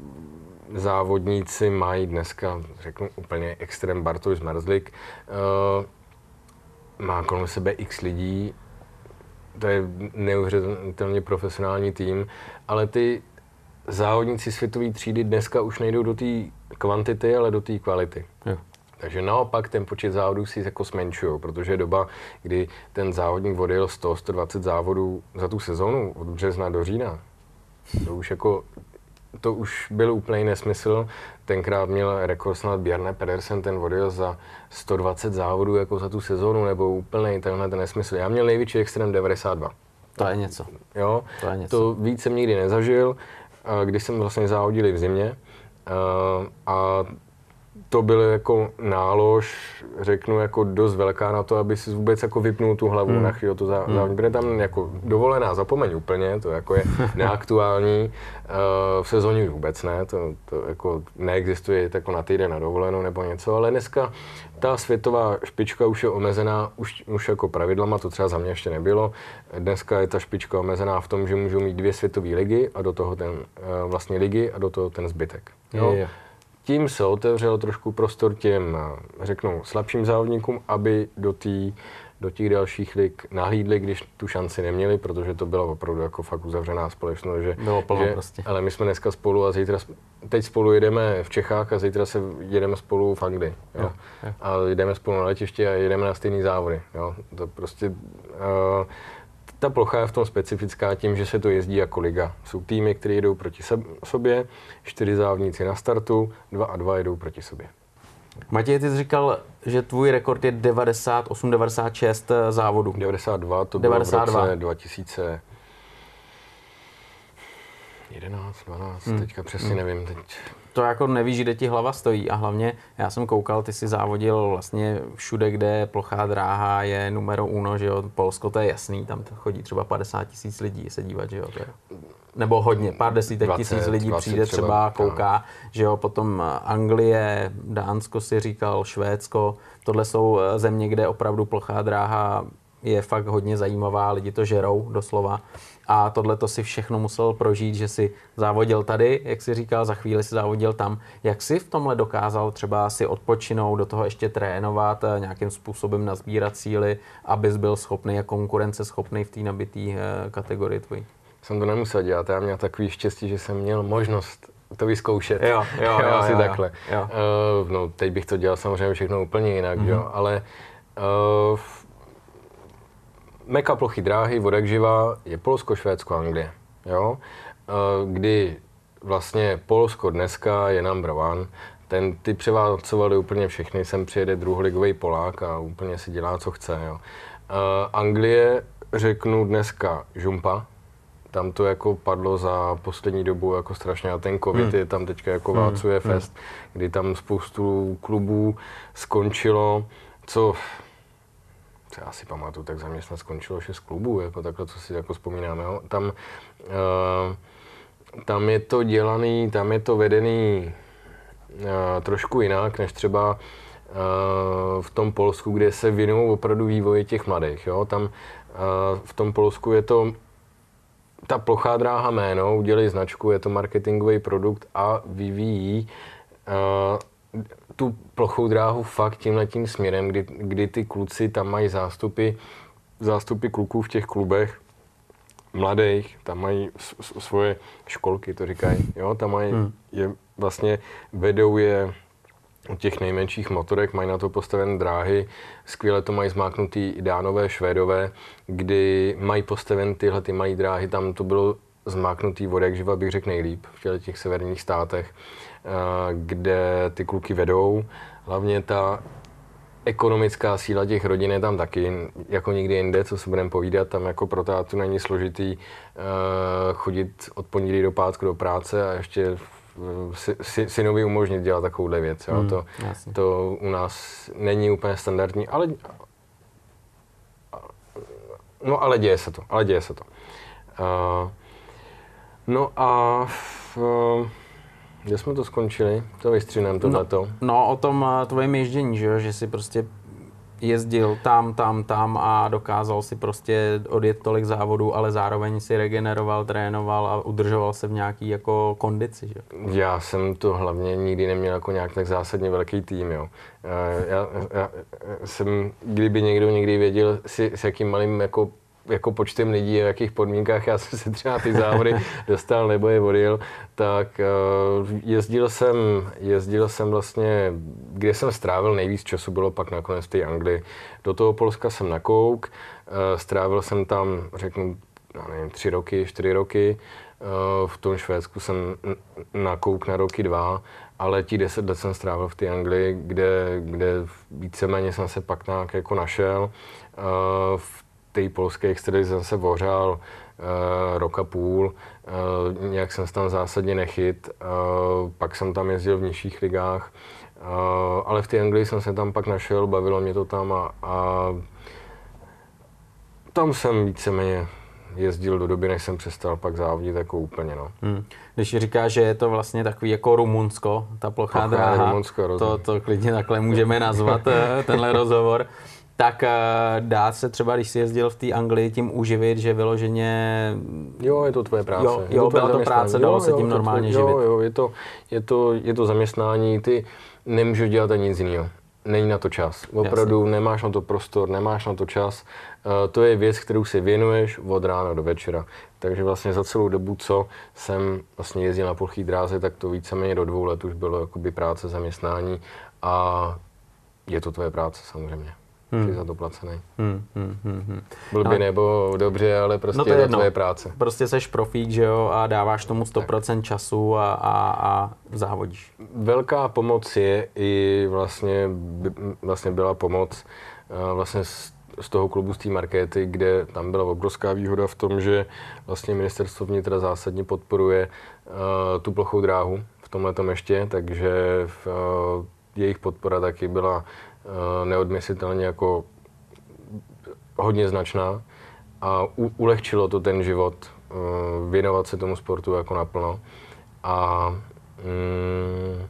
závodníci mají dneska, řeknu úplně extrém, Bartoš Zmarzlik, uh, má kolem sebe x lidí, to je neuvěřitelně profesionální tým, ale ty závodníci světové třídy dneska už nejdou do té kvantity, ale do té kvality. Jo. Takže naopak ten počet závodů si jako zmenšují, protože je doba, kdy ten závodník odjel sto až sto dvacet závodů za tu sezónu od března do října. To už jako to už byl úplný nesmysl. Tenkrát měl rekord snad Bjarne Pedersen, ten odjel za sto dvacet závodů jako za tu sezónu, nebo úplný tenhle ten nesmysl. Já měl největší extrém devadesát dva. To je něco. Jo, to, je něco. To víc jsem nikdy nezažil, když jsem vlastně závodil v zimě. A to bylo jako nálož, řeknu, jako dost velká na to, aby si vůbec jako vypnul tu hlavu hmm. na chvíli to závodní. Hmm. Protože tam jako dovolená, zapomeň úplně, to jako je neaktuální. V sezóně vůbec ne, to, to jako neexistuje jako na týden na dovolenou nebo něco, ale dneska ta světová špička už je omezená, už, už jako pravidlama, to třeba za mě ještě nebylo. Dneska je ta špička omezená v tom, že můžou mít dvě světové ligy a do toho ten vlastně ligy a do toho ten zbytek. Jo? Je, je. Tím se otevřel trošku prostor těm, řeknu, slabším závodníkům, aby do, tý, do těch dalších lig nahlídli, když tu šanci neměli, protože to byla opravdu jako fakt uzavřená společnost. Že, Bylo plno že, prostě. Ale my jsme dneska spolu a zítra, teď spolu jedeme v Čechách a zítra se jedeme spolu v Anglii. Jo? Jo, jo. A jdeme spolu na letiště a jedeme na stejný závody. Jo? To prostě... Uh, Ta plocha je v tom specifická tím, že se to jezdí jako liga. Jsou týmy, které jedou proti sobě, čtyři závodníci na startu, dva a dva jedou proti sobě. Matěj, ty jsi říkal, že tvůj rekord je devadesát osm devadesát šest závodů. devadesát dva, to bylo devadesát dva. V roce dva tisíce jedenáct, dvanáct, hmm. teďka přesně hmm. nevím. Teď. To jako nevíš, kde ti hlava stojí a hlavně já jsem koukal, ty si závodil vlastně všude, kde plochá dráha je numero uno, že jo, Polsko, to je jasný, tam chodí třeba padesát tisíc lidí se dívat, že jo, to je, nebo hodně, pár desítek dvacet, tisíc lidí přijde třeba, třeba kouká, no. Že jo, potom Anglie, Dánsko si říkal, Švédsko, tohle jsou země, kde opravdu plochá dráha je fakt hodně zajímavá, lidi to žerou doslova. A tohle to si všechno musel prožít, že si závodil tady, jak si říkal, za chvíli si závodil tam. Jak si v tomhle dokázal třeba si odpočinout, do toho ještě trénovat, nějakým způsobem nazbírat síly, abys byl schopný a konkurenceschopný v té nabitý kategorii tvojí? Jsem to nemusel dělat, já měl takový štěstí, že jsem měl možnost to vyzkoušet. Jo, jo, jo, asi jo, takhle. Jo. Uh, no, teď bych to dělal samozřejmě všechno úplně jinak, mm-hmm. jo, ale uh, meka plochy dráhy, vodak živá, je Polsko, Švédsko, Anglie. Jo? Kdy vlastně Polsko dneska je number one, ten, ty převálcovali úplně všechny, sem přijede druholigový Polák a úplně si dělá, co chce. Jo? Anglie řeknu dneska žumpa. Tam to jako padlo za poslední dobu jako strašně a ten covid hmm. je tam teďka jako hmm. válcuje fest, hmm. kdy tam spoustu klubů skončilo, co, co já si pamatuju, tak za mě snad skončilo šest klubů, jako takhle, co si jako vzpomínáme. Jo. Tam, uh, tam je to dělaný, tam je to vedený uh, trošku jinak, než třeba uh, v tom Polsku, kde se věnují opravdu vývoji těch mladých. Jo. Tam uh, v tom Polsku je to ta plochá dráha jméno, udělej značku, je to marketingový produkt a vyvíjí uh, tu plochou dráhu fakt tímhletím směrem, kdy, kdy ty kluci tam mají zástupy, zástupy kluků v těch klubech mladých, tam mají svoje školky, to říkají, jo, tam mají, hmm. je vlastně vedou je od těch nejmenších motorek, mají na to postavené dráhy, skvěle to mají zmáknutý i Dánové, Švédové, kdy mají postavené tyhle ty malé dráhy, tam to bylo zmáknutý od jak živa, bych řekl nejlíp v těch severních státech, kde ty kluky vedou. Hlavně ta ekonomická síla těch rodin je tam taky, jako nikdy jinde, co se budeme povídat, tam jako pro tátu není složitý chodit od pondělí do pátku do práce a ještě synovi umožnit dělat takovouhle věc. Jo? Hmm, to, to u nás není úplně standardní, ale no ale děje se to, ale děje se to. Uh, no a uh, kde jsme to skončili? To vystřinem tohleto. No, no o tom tvojím ježdění, že jo? Že jsi prostě jezdil tam, tam, tam a dokázal si prostě odjet tolik závodů, ale zároveň si regeneroval, trénoval a udržoval se v nějaký jako kondici, že? Já jsem to hlavně nikdy neměl jako nějak tak zásadně velký tým, jo. Já, já jsem, kdyby někdo někdy věděl, si, s jakým malým jako jako počtem lidí a v jakých podmínkách já jsem se třeba ty závody dostal nebo je odjel, tak uh, jezdil jsem, jezdil jsem vlastně, kde jsem strávil nejvíc času, bylo pak nakonec v té Anglii. Do toho Polska jsem nakouk, uh, strávil jsem tam, řeknu, já nevím, tři roky, čtyři roky, uh, v tom Švédsku jsem nakouk na roky dva, ale tí deset let jsem strávil v té Anglii, kde, kde víceméně jsem se pak nějak jako našel. Uh, v té polské extralize jsem se vořál uh, rok a půl, uh, nějak jsem se tam zásadně nechyt, uh, pak jsem tam jezdil v nižších ligách, uh, ale v té Anglii jsem se tam pak našel, bavilo mě to tam a, a tam jsem víceméně jezdil do doby, než jsem přestal pak závodit jako úplně, no. Hmm. Když říkáš, že je to vlastně takový jako Rumunsko, ta plochá dráha, Rumunsko, to, to klidně takhle můžeme nazvat, tenhle rozhovor. Tak dá se třeba, když jsi jezdil v té Anglii, tím uživit, že vyloženě... Jo, je to tvoje práce. Jo, jo byla to práce, dalo jo, se tím jo, normálně to, živit. Jo, jo, je to, je, to, je to zaměstnání, ty nemůžeš dělat ani nic jiného. Není na to čas. Opravdu Jasně. Nemáš na to prostor, nemáš na to čas. Uh, to je věc, kterou si věnuješ od rána do večera. Takže vlastně za celou dobu, co jsem vlastně jezdil na plochý dráze, tak to víceméně do dvou let už bylo jakoby práce, zaměstnání a je to tvoje práce samozřejmě. Hmm. Jsi za to placený. Hmm, hmm, hmm, hmm. Blbě no, nebo dobře, ale prostě no to je to tvoje práce. Prostě seš profík, že jo, a dáváš tomu sto procent tak. Času a, a, a závodíš. Velká pomoc je i vlastně, vlastně byla pomoc vlastně z, z toho klubu, z té Markéty, kde tam byla obrovská výhoda v tom, že vlastně ministerstvo vnitra zásadně podporuje uh, tu plochou dráhu v tomhletom ještě, takže v, uh, jejich podpora taky byla neodmyslitelně jako hodně značná a u, ulehčilo to ten život, věnovat se tomu sportu jako naplno. A mm,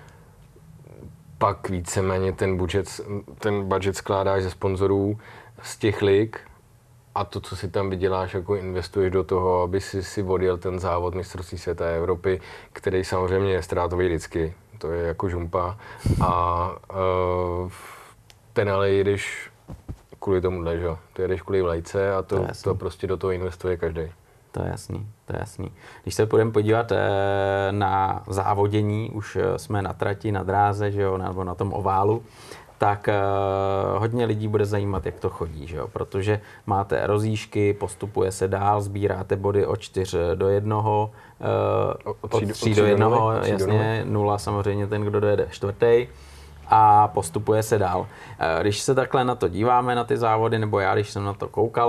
pak víceméně ten budget, ten budget skládáš ze sponzorů z těch lig a to, co si tam vyděláš, jako investuješ do toho, aby si si odjel ten závod mistrovství světa a Evropy, který samozřejmě je ztrátový vždycky. To je jako žumpa a uh, ten ale jedeš kvůli tomuhle, že jo. Ty jedeš kvůli vlajce a to, to, to prostě do toho investuje každý. To je jasný, to je jasný. Když se budeme podívat eh, na závodění, už jsme na trati, na dráze, že jo, nebo na tom oválu, tak eh, hodně lidí bude zajímat, jak to chodí, že jo, protože máte rozjížky, postupuje se dál, sbíráte body od čtyř do jednoho, eh, od tří do jednoho, jasně, nula samozřejmě ten, kdo dojede čtvrtý a postupuje se dál. Eh, když se takhle na to díváme, na ty závody, nebo já, když jsem na to koukal,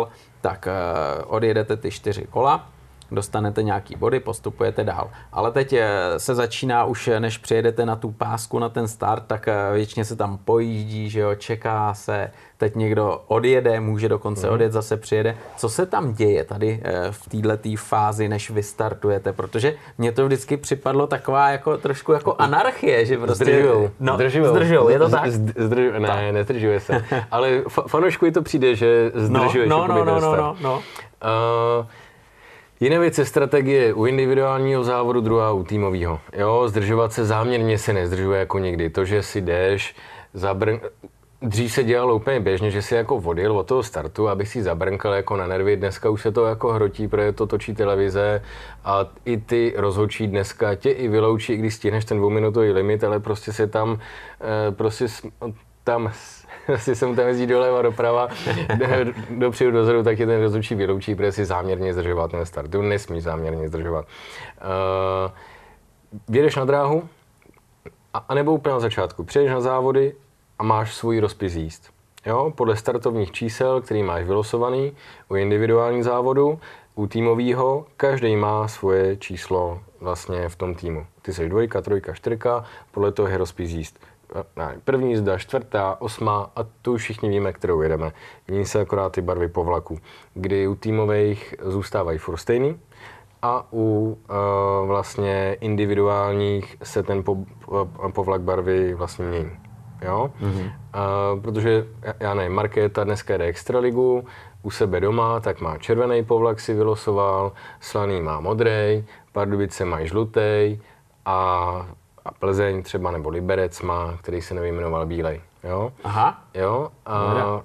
tak odjedete ty čtyři kola, dostanete nějaký body, postupujete dál. Ale teď se začíná už, než přijedete na tu pásku, na ten start, tak většině se tam pojíždí, že jo, čeká se, teď někdo odjede, může dokonce odjet, zase přijede. Co se tam děje tady v této fázi, než vy startujete? Protože mně to vždycky připadlo taková jako trošku jako anarchie, že prostě... Zdržujou. No, zdržujou. zdržujou, je to tak? Zdržujou, ne, nezdržuje se. Ale fa- fanouškovi to přijde, že zdržuješ. No, no, no, no, no, no. Uh, Jiná věc je strategie u individuálního závodu, druhá u týmového. Jo, zdržovat se záměrně se nezdržuje jako někdy. To, že si jdeš, zabrn... Dřív se dělalo úplně běžně, že si jako odjel od toho startu, aby si zabrnkal jako na nervy. Dneska už se to jako hrotí, protože to točí televize a i ty rozhodčí dneska tě i vyloučí, i když stihneš ten dvouminutový limit, ale prostě se tam, prostě tam si jsem tam jezdí doleva, doprava, dopředu, dozadu, tak je ten rozhodčí vyloučí, protože si záměrně zdržovat ten start. Tu nesmíš záměrně zdržovat. Uh, Vědeš na dráhu, a, a nebo úplně na začátku. Přijedeš na závody a máš svůj rozpis jízd. Jo? Podle startovních čísel, který máš vylosovaný u individuálních závodu, u týmového, každý má svoje číslo vlastně v tom týmu. Ty jsi dvojka, trojka, čtyřka, podle toho je rozpis jízd. První jízda, čtvrtá, osmá a tu všichni víme, kterou jedeme. Mění se akorát ty barvy povlaku, kdy u týmových zůstávají furt stejný a u uh, vlastně individuálních se ten po, povlak barvy vlastně mění. Jo? Mm-hmm. Uh, protože, já nevím, Markéta dneska jde extraligu, u sebe doma, tak má červený povlak si vylosoval, Slaný má modrej, Pardubice mají žlutej a a Plzeň třeba, nebo Liberec má, který se nevyjmenoval bílej, jo? Aha. Jo, a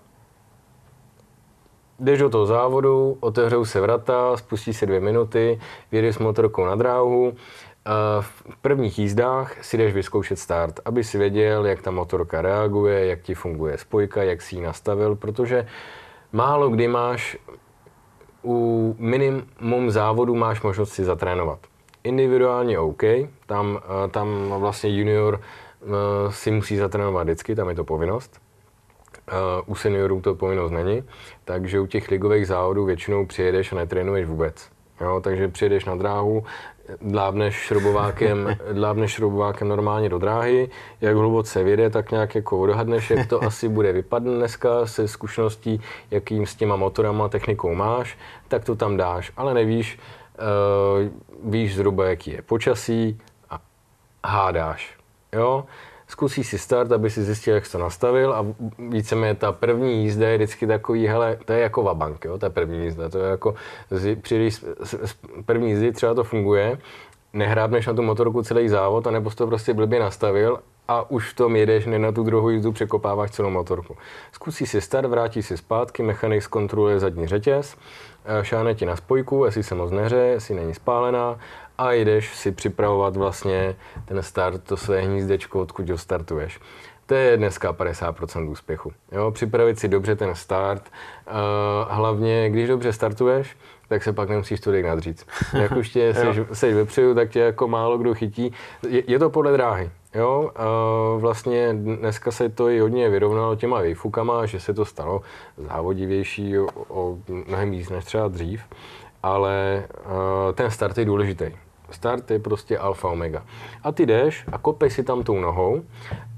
jdeš do toho závodu, otevřou se vrata, spustí se dvě minuty, vyjedeš s motorkou na dráhu, v prvních jízdách si jdeš vyzkoušet start, aby si věděl, jak ta motorka reaguje, jak ti funguje spojka, jak si ji nastavil, protože málo kdy máš u minimum závodu máš možnost si zatrénovat. Individuálně OK, tam, tam vlastně junior si musí zatrénovat vždycky, tam je to povinnost. U seniorů to povinnost není, takže u těch ligových závodů většinou přijedeš a netrénuješ vůbec. Jo, takže přijedeš na dráhu, dlábneš šrobovákem, dlábneš šrobovákem normálně do dráhy, jak hluboce vyjede, tak nějak jako odhadneš, jak to asi bude vypadat dneska se zkušeností, jakým s těma motorama, technikou máš, tak to tam dáš, ale nevíš, uh, víš zhruba, jaký je počasí a hádáš, jo. Zkusí si start, aby si zjistil, jak jsi to nastavil a víceméně ta první jízda je vždycky takový, hele, to je jako vabank, jo, ta první jízda, to je jako, přijdeš z první jízdy, třeba to funguje, nehrábneš na tu motorku celý závod, anebo jsi to prostě blbě nastavil a už v tom jedeš, ne na tu druhou jízdu překopáváš celou motorku. Zkusí si start, vrátí si zpátky, mechanik zkontroluje zadní řetěz, šáhne ti na spojku, jestli se moc nehře, jestli není spálená a jdeš si připravovat vlastně ten start, to své hnízdečko, odkud ho startuješ. To je dneska padesát procent úspěchu. Jo? Připravit si dobře ten start, uh, hlavně když dobře startuješ, tak se pak nemusíš tolik nadřít. Jak už tě seš, seš vepředu, tak tě jako málo kdo chytí. Je, je to podle dráhy. Jo? Uh, vlastně dneska se to i hodně vyrovnalo těma výfukama, že se to stalo závodivější o, o mnohem víc než třeba dřív, ale uh, ten start je důležitý. Start je prostě alfa omega. A ty jdeš a kopeš si tam tou nohou uh,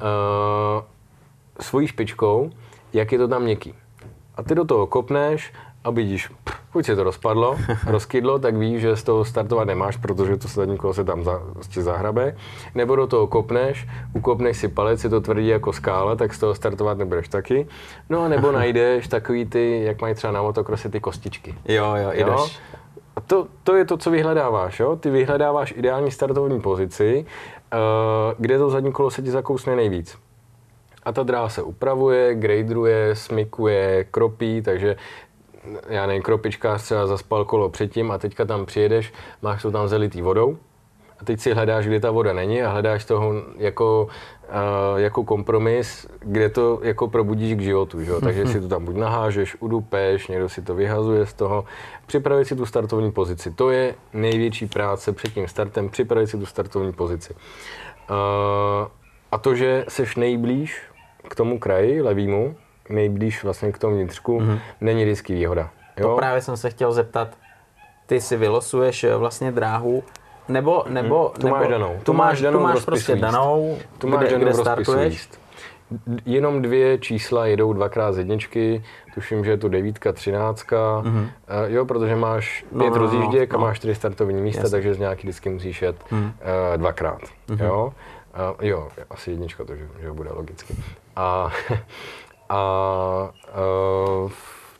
svojí špičkou, jak je to tam měkký. A ty do toho kopneš a vidíš, pokud se to rozpadlo, rozkydlo, tak víš, že z toho startovat nemáš, protože to zadní kolo se tam za, prostě zahrabe. Nebo do toho kopneš, ukopneš si palec, je to tvrdý jako skála, tak z toho startovat nebudeš taky. No a nebo najdeš takový ty, jak mají třeba na motokrose ty kostičky. Jo, jo, jdeš. A to, to je to, co vyhledáváš, jo? Ty vyhledáváš ideální startovní pozici, uh, kde to zadní kolo se ti zakousne nejvíc. A ta dráha se upravuje, graderuje, smykuje, kropí, takže já nevím, kropičkář třeba zaspal kolo předtím a teďka tam přijedeš, máš to tam zalitý vodou a teď si hledáš, kde ta voda není a hledáš toho jako, uh, jako kompromis, kde to jako probudíš k životu, že? Takže si to tam buď nahážeš, udupeš, někdo si to vyhazuje z toho, připravit si tu startovní pozici. To je největší práce před tím startem, připravit si tu startovní pozici. Uh, a to, že seš nejblíž k tomu kraji levýmu, nejblíž vlastně k tomu vnitřku, mm-hmm. není vždycky výhoda. Jo? To právě jsem se chtěl zeptat. Ty si vylosuješ vlastně dráhu, nebo, nebo, hmm. tu nebo máš danou. Tu máš, tu máš prostě jíst. danou, tu máš kde, danou kde v startuješ. Jíst. Jenom dvě čísla jedou dvakrát z jedničky, tuším, že je to devítka, třináctka, mm-hmm. uh, jo, protože máš pět no, no, rozjížděk no, a máš čtyři startovní místa, jasně. Takže z nějaký vždycky musíš jet mm. uh, dvakrát, mm-hmm. jo. Uh, jo, asi jednička to, že, že bude logicky. A, a uh,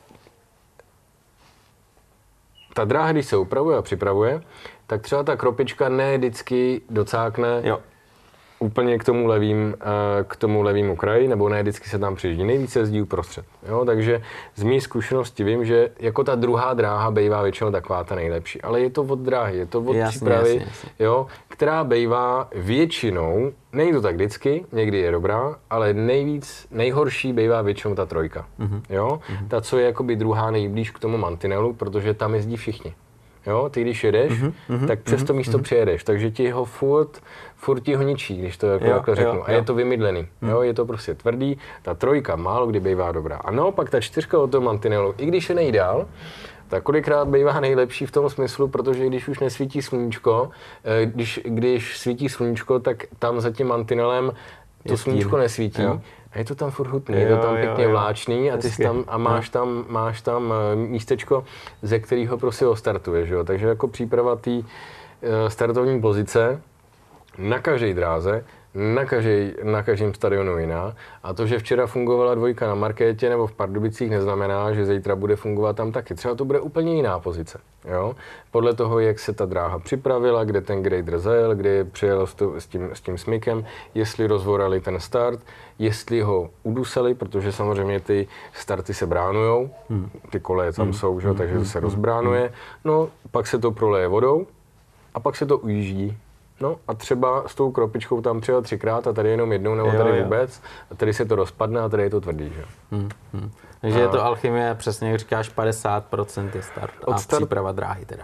ta dráha, když se upravuje a připravuje, tak třeba ta kropička ne vždycky docákne jo. úplně k tomu levým, k tomu levýmu kraji, nebo ne vždycky se tam přijíždí. Nejvíce jezdí uprostřed. Jo? Takže z mý zkušenosti vím, že jako ta druhá dráha bývá většinou taková ta nejlepší. Ale je to od dráhy, je to od jasně, přípravy, jasně, jasně. Jo? Která bývá většinou, není to tak vždycky, někdy je dobrá, ale nejvíc, nejhorší bývá většinou ta trojka. Mm-hmm. Jo? Mm-hmm. Ta, co je jakoby druhá nejblíž k tomu mantinelu, protože tam jezdí všichni. Jo, ty když jedeš, mm-hmm, tak přes to místo mm-hmm. přijedeš, takže ti ho furt, furt ti ho ničí, když to jako, jo, jako řeknu. Jo, a je to vymydlený, mm. jo, je to prostě tvrdý, ta trojka málo kdy bývá dobrá. A naopak ta čtyřka od toho mantinelu, i když je nejdál, tak kolikrát bývá nejlepší v tom smyslu, protože když už nesvítí sluníčko, když, když svítí sluníčko, tak tam za tím mantinelem to sluníčko nesvítí. Jo. A je to tam furt hutný, je to tam pěkně jo, jo. vláčný a ty tam, a máš tam, máš tam místečko, ze kterého prostě ostartuješ, jo. Takže jako příprava té startovní pozice na každé dráze, na, každý, na každém stadionu jiná. A to, že včera fungovala dvojka na Markétě nebo v Pardubicích, neznamená, že zítra bude fungovat tam taky. Třeba to bude úplně jiná pozice. Jo? Podle toho, jak se ta dráha připravila, kde ten grader zajel, kde přijel s, to, s, tím, s tím smykem, jestli rozvorali ten start, jestli ho udusali, protože samozřejmě ty starty se bránujou, hmm. ty koleje tam hmm. jsou, že? Takže hmm. se rozbránuje. No, pak se to proleje vodou a pak se to ujíždí. No a třeba s tou kropičkou tam přijel třikrát a tady jenom jednou nebo jo, tady jo. vůbec. A tady se to rozpadne a tady je to tvrdý, že? Hmm, hmm. Takže a... je to alchymie, přesně jak říkáš, padesát procent je start a start... příprava dráhy teda.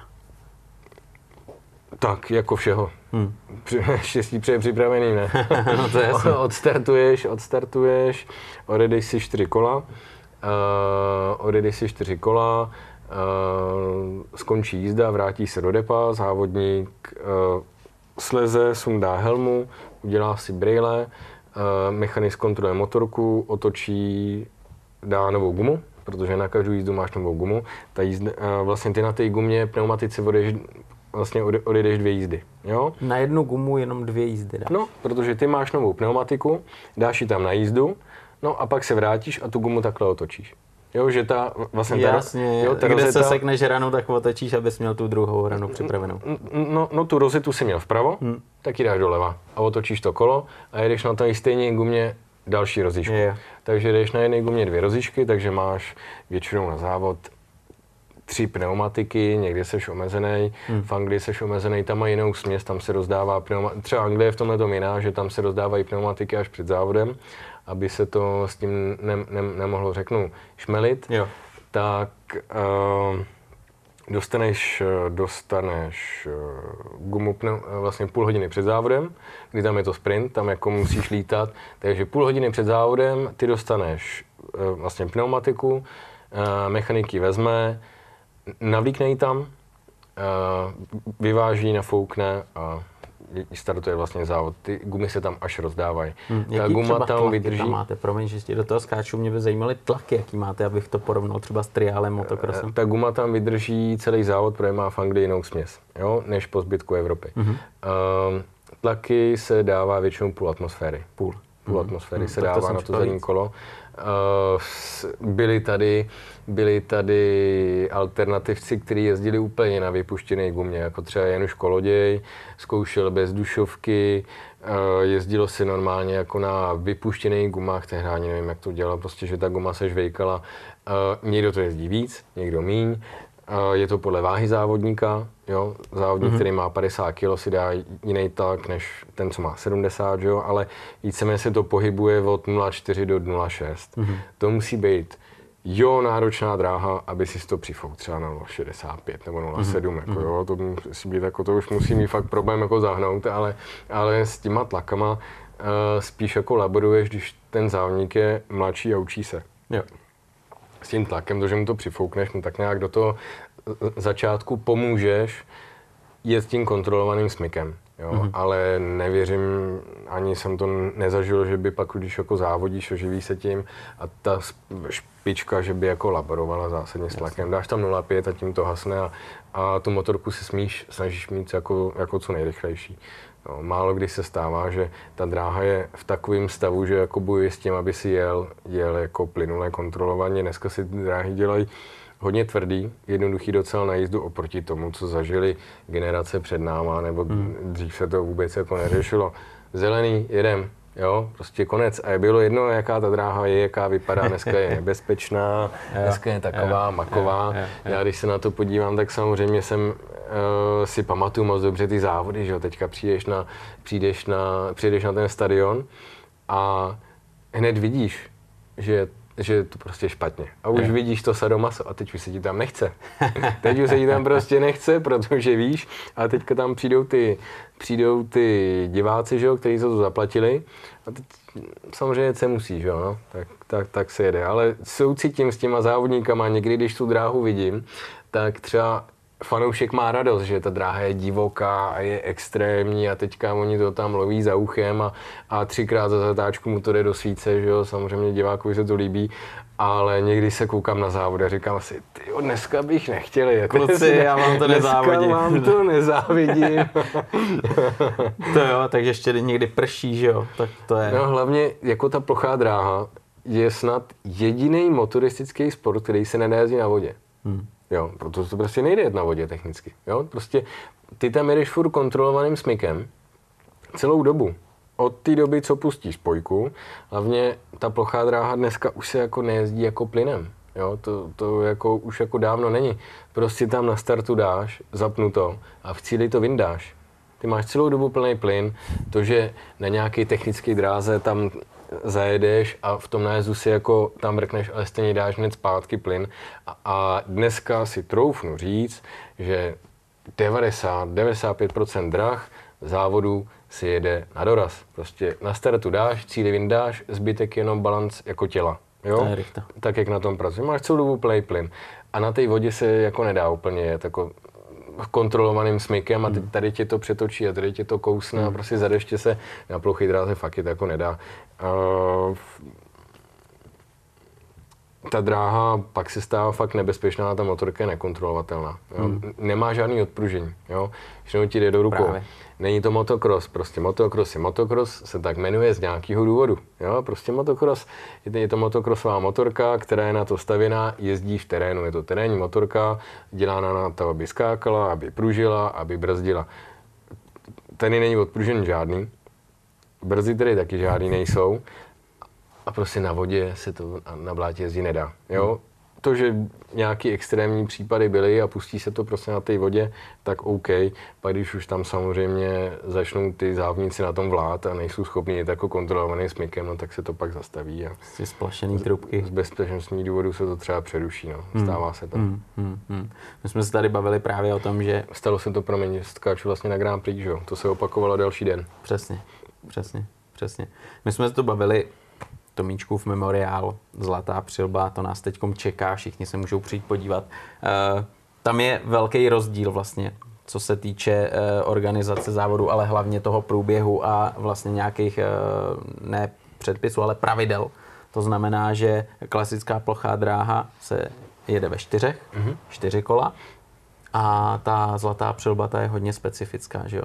Tak, jako všeho. Hmm. Štěstí přeje připravený, ne? No to je jasný. Odstartuješ, odstartuješ, odjedeš si čtyři kola, uh, odjedeš si čtyři kola, uh, skončí jízda, vrátí se do depa, závodník uh, sleze, sundá helmu, udělá si brejle, uh, mechanik zkontroluje motorku, otočí, dá novou gumu, protože na každou jízdu máš novou gumu. Ta jízda, uh, vlastně ty na té gumě pneumatice odjedeš, vlastně odjedeš dvě jízdy. Jo? Na jednu gumu jenom dvě jízdy dáš? No, protože ty máš novou pneumatiku, dáš ji tam na jízdu, no a pak se vrátíš a tu gumu takhle otočíš. Jo, že ta vlastně ta, jasně, jo, ta kde rozeta, se sekneš ranu, tak otočíš, abys měl tu druhou ranu připravenou. No, no tu rozetu si měl vpravo, hmm. tak ji dáš doleva a otočíš to kolo a jedeš na té stejné gumě další rozíšku. Yeah. Takže jdeš na jedné gumě dvě rozíšky, takže máš většinou na závod tři pneumatiky, někde seš omezený, hmm. v Anglii seš omezený, tam má jinou směs, tam se rozdává pneumatiky, třeba Anglie je v tomhle tom jiná, že tam se rozdávají pneumatiky až před závodem, aby se to s tím ne, ne, nemohlo, řeknu, šmelit, jo. tak uh, dostaneš, dostaneš uh, gumu pneu, vlastně půl hodiny před závodem, kdy tam je to sprint, tam jako musíš lítat, takže půl hodiny před závodem ty dostaneš uh, vlastně pneumatiku, uh, mechanik ji vezme, navlíkne ji tam, uh, vyváží, nafoukne a startuje vlastně závod. Ty gumy se tam až rozdávají. Hmm, ta guma tam vydrží. Tam máte? Promiň, že do toho skáču, mě by zajímaly tlaky, jaký máte, abych to porovnal třeba s triálem, motokrosem. Ta guma tam vydrží celý závod, protože má v Anglii jinou směs, jo, než po zbytku Evropy. Hmm. Uh, tlaky se dává většinou půl atmosféry. Půl. Půl hmm. atmosféry hmm, se dává to na to zadní kolo. Uh, byli tady, byli tady alternativci, kteří jezdili úplně na vypuštěné gumě, jako třeba Januš Koloděj, zkoušel bez dušovky, uh, jezdilo se normálně jako na vypuštěných gumách, tehdy ani nevím, jak to dělalo, prostě, že ta guma se žvejkala. Uh, někdo to jezdí víc, někdo míň. Uh, je to podle váhy závodníka, jo? Závodník, mm-hmm. který má padesát kilo, si dá jiný tlak než ten, co má sedmdesát, jo? Ale víceméně se to pohybuje od nula celá čtyři do nula celá šest. Mm-hmm. To musí být jo náročná dráha, aby si to přifouk třeba na nula celá šedesát pět nebo nula celá sedm, mm-hmm. jako, jo? To musí být jako, to už musí mít fakt problém jako zahnout, ale, ale s těma tlakama uh, spíš jako laboruješ, když ten závodník je mladší a učí se. Jo. s tím tlakem, to, že mu to přifoukneš, mu tak nějak do toho začátku pomůžeš jet tím kontrolovaným smykem. Jo, mm-hmm. ale nevěřím, ani jsem to nezažil, že by pak, když jako závodíš, živí se tím a ta špička, že by jako laborovala zásadně s tlakem. Dáš tam nula celá pět a tím to hasne a, a tu motorku si smíš, snažíš mít jako, jako co nejrychlejší. No, málo kdy se stává, že ta dráha je v takovém stavu, že jako bojuje s tím, aby si jel, jel jako plynulé kontrolovaně. Dneska si dráhy dělají hodně tvrdý, jednoduchý docela na jízdu oproti tomu, co zažili generace před náma, nebo hmm. dřív se to vůbec jako neřešilo. Zelený, jedem, jo, prostě konec. A je bylo jedno, jaká ta dráha je, jaká vypadá, dneska je nebezpečná, dneska je taková, maková. Já když se na to podívám, tak samozřejmě jsem uh, si pamatuju moc dobře ty závody, že jo, teďka přijdeš na, přijdeš na, přijdeš na ten stadion a hned vidíš, že že je to prostě špatně. A už je. Vidíš to sadomaso a teď už se ti tam nechce. Teď už se ti tam prostě nechce, protože víš, a teďka tam přijdou ty, přijdou ty diváci, že jo, kteří se to zaplatili a teď samozřejmě se musí, že jo, no? tak, tak, tak se jede. Ale soucítím s těma závodníkama, někdy, když tu dráhu vidím, tak třeba fanoušek má radost, že ta dráha je divoká a je extrémní a teďka oni to tam loví za uchem a, a třikrát za zatáčku mu to jde do svíce, že jo, samozřejmě divákovi se to líbí, ale někdy se koukám na závod a říkám si, tyjo, dneska bych nechtěl jet. Kluci, já vám to nezávidím. Dneska vám to nezávidím. To jo, takže ještě někdy prší, že jo, tak to je. No hlavně jako ta plochá dráha je snad jediný motoristický sport, který se nedá jezdit na vodě. Hmm. Jo, protože to prostě nejde jet na vodě technicky. Jo, prostě ty tam jedeš furt kontrolovaným smykem celou dobu. Od té doby, co pustíš spojku, hlavně ta plochá dráha dneska už se jako nejezdí jako plynem. Jo, to, to jako už jako dávno není. Prostě tam na startu dáš, zapnu to a v cíli to vyndáš. Ty máš celou dobu plný plyn, to, že na nějaké technické dráze tam zajedeš a v tom nájezdu si jako tam mrkneš, ale stejně dáš hned zpátky plyn. A, a dneska si troufnu říct, že devadesát až devadesát pět procent drah závodu si jede na doraz. Prostě na startu dáš, cíli vyndáš, zbytek jenom balanc jako těla. Jo? Tak jak na tom pracuje. Máš celou dobu play plyn. A na té vodě se jako nedá úplně jet jako kontrolovaným smykem a teď tady tě to přetočí a tady tě to kousne hmm. a prostě za deště se na plochý dráze fakt jako nedá. Uh, ta dráha pak se stává fakt nebezpečná, ta motorka je nekontrolovatelná. Jo? Hmm. Nemá žádný odpružení. Jo? Všechno ti jde do rukou. Právě. Není to motocross, prostě motocross je motocross, se tak jmenuje z nějakého důvodu. Jo? Prostě motocross, je to motocrossová motorka, která je na to stavěná, jezdí v terénu. Je to terénní motorka, dělána na to, aby skákala, aby pružila, aby brzdila. Tady není odpružení žádný, brzdy tady taky žádný nejsou a prostě na vodě se to na blátě jezdí nedá. Jo? To, že nějaký extrémní případy byly a pustí se to prostě na té vodě, tak OK. Pak když už tam samozřejmě začnou ty závodníci na tom vlát a nejsou schopni jít jako kontrolovaným smykem, no tak se to pak zastaví. A ty splašený trubky. Z bezpečnostních důvodů se to třeba přeruší, no. Stává hmm. se to. Hmm, hmm, hmm. My jsme se tady bavili právě o tom, že... Stalo se to pro mě, skáču vlastně na Grand Prix, že jo. To se opakovalo další den. Přesně, přesně, přesně. My jsme se to bavili Tomíčkův memoriál, Zlatá přilba, to nás teďkom čeká, všichni se můžou přijít podívat. E, tam je velký rozdíl vlastně, co se týče e, organizace závodu, ale hlavně toho průběhu a vlastně nějakých, e, ne předpisů, ale pravidel. To znamená, že klasická plochá dráha se jede ve čtyřech, mm-hmm. čtyři kola a ta Zlatá přilba, ta je hodně specifická, že jo?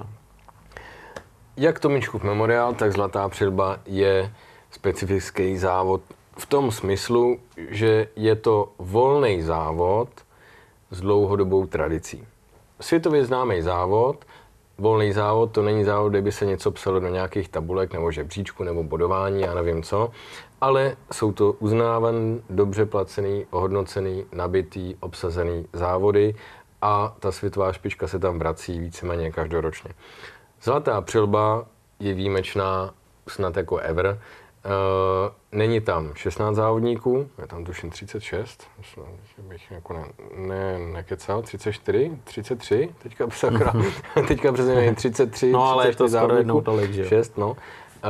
Jak Tomíčkův memoriál, tak Zlatá přilba je specifický závod v tom smyslu, že je to volný závod s dlouhodobou tradicí. Světově známý závod, volný závod, to není závod, kde by se něco psalo do nějakých tabulek nebo žebříčku nebo bodování, já nevím co, ale jsou to uznávaný, dobře placený, ohodnocený, nabitý, obsazený závody a ta světová špička se tam vrací víceméně každoročně. Zlatá přilba je výjimečná snad jako ever. Uh, není tam šestnáct závodníků, je tam tuším třicet šest, bych jako ne, ne, nekecal, třicet čtyři, třicet tři, teďka sakra, teďka přesně nevím, třicet tři, no, ale třicet čtyři závodníků, tolik, že? šest, no. Uh,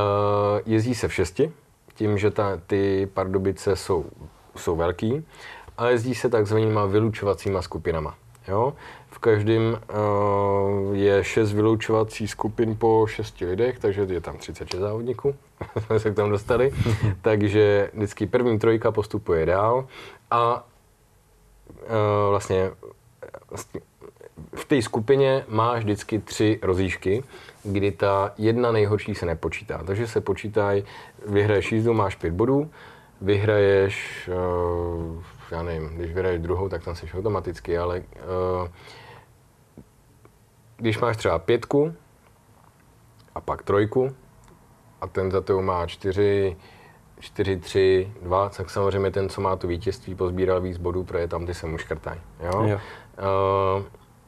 jezdí se v šesti, tím, že ta, ty Pardubice jsou, jsou velký ale jezdí se takzvanýma vylučovacíma skupinama. Jo? V každém uh, je šest vyloučovací skupin po šesti lidech, takže je tam třicet šest závodníků, jsme se k tomu dostali. Takže vždycky první trojka postupuje dál a uh, vlastně v té skupině máš vždycky tři rozíšky, kdy ta jedna nejhorší se nepočítá. Takže se počítají, vyhraješ jízdu, máš pět bodů, vyhraješ, uh, já nevím, když vyhraješ druhou, tak tam jsi automaticky, ale uh, když máš třeba pětku a pak trojku a ten za tebou má čtyři, čtyři, tři, dva, tak samozřejmě ten, co má to vítězství, pozbíral víc bodů, protože tam ty se mu škrtají. Jo? Jo. Uh,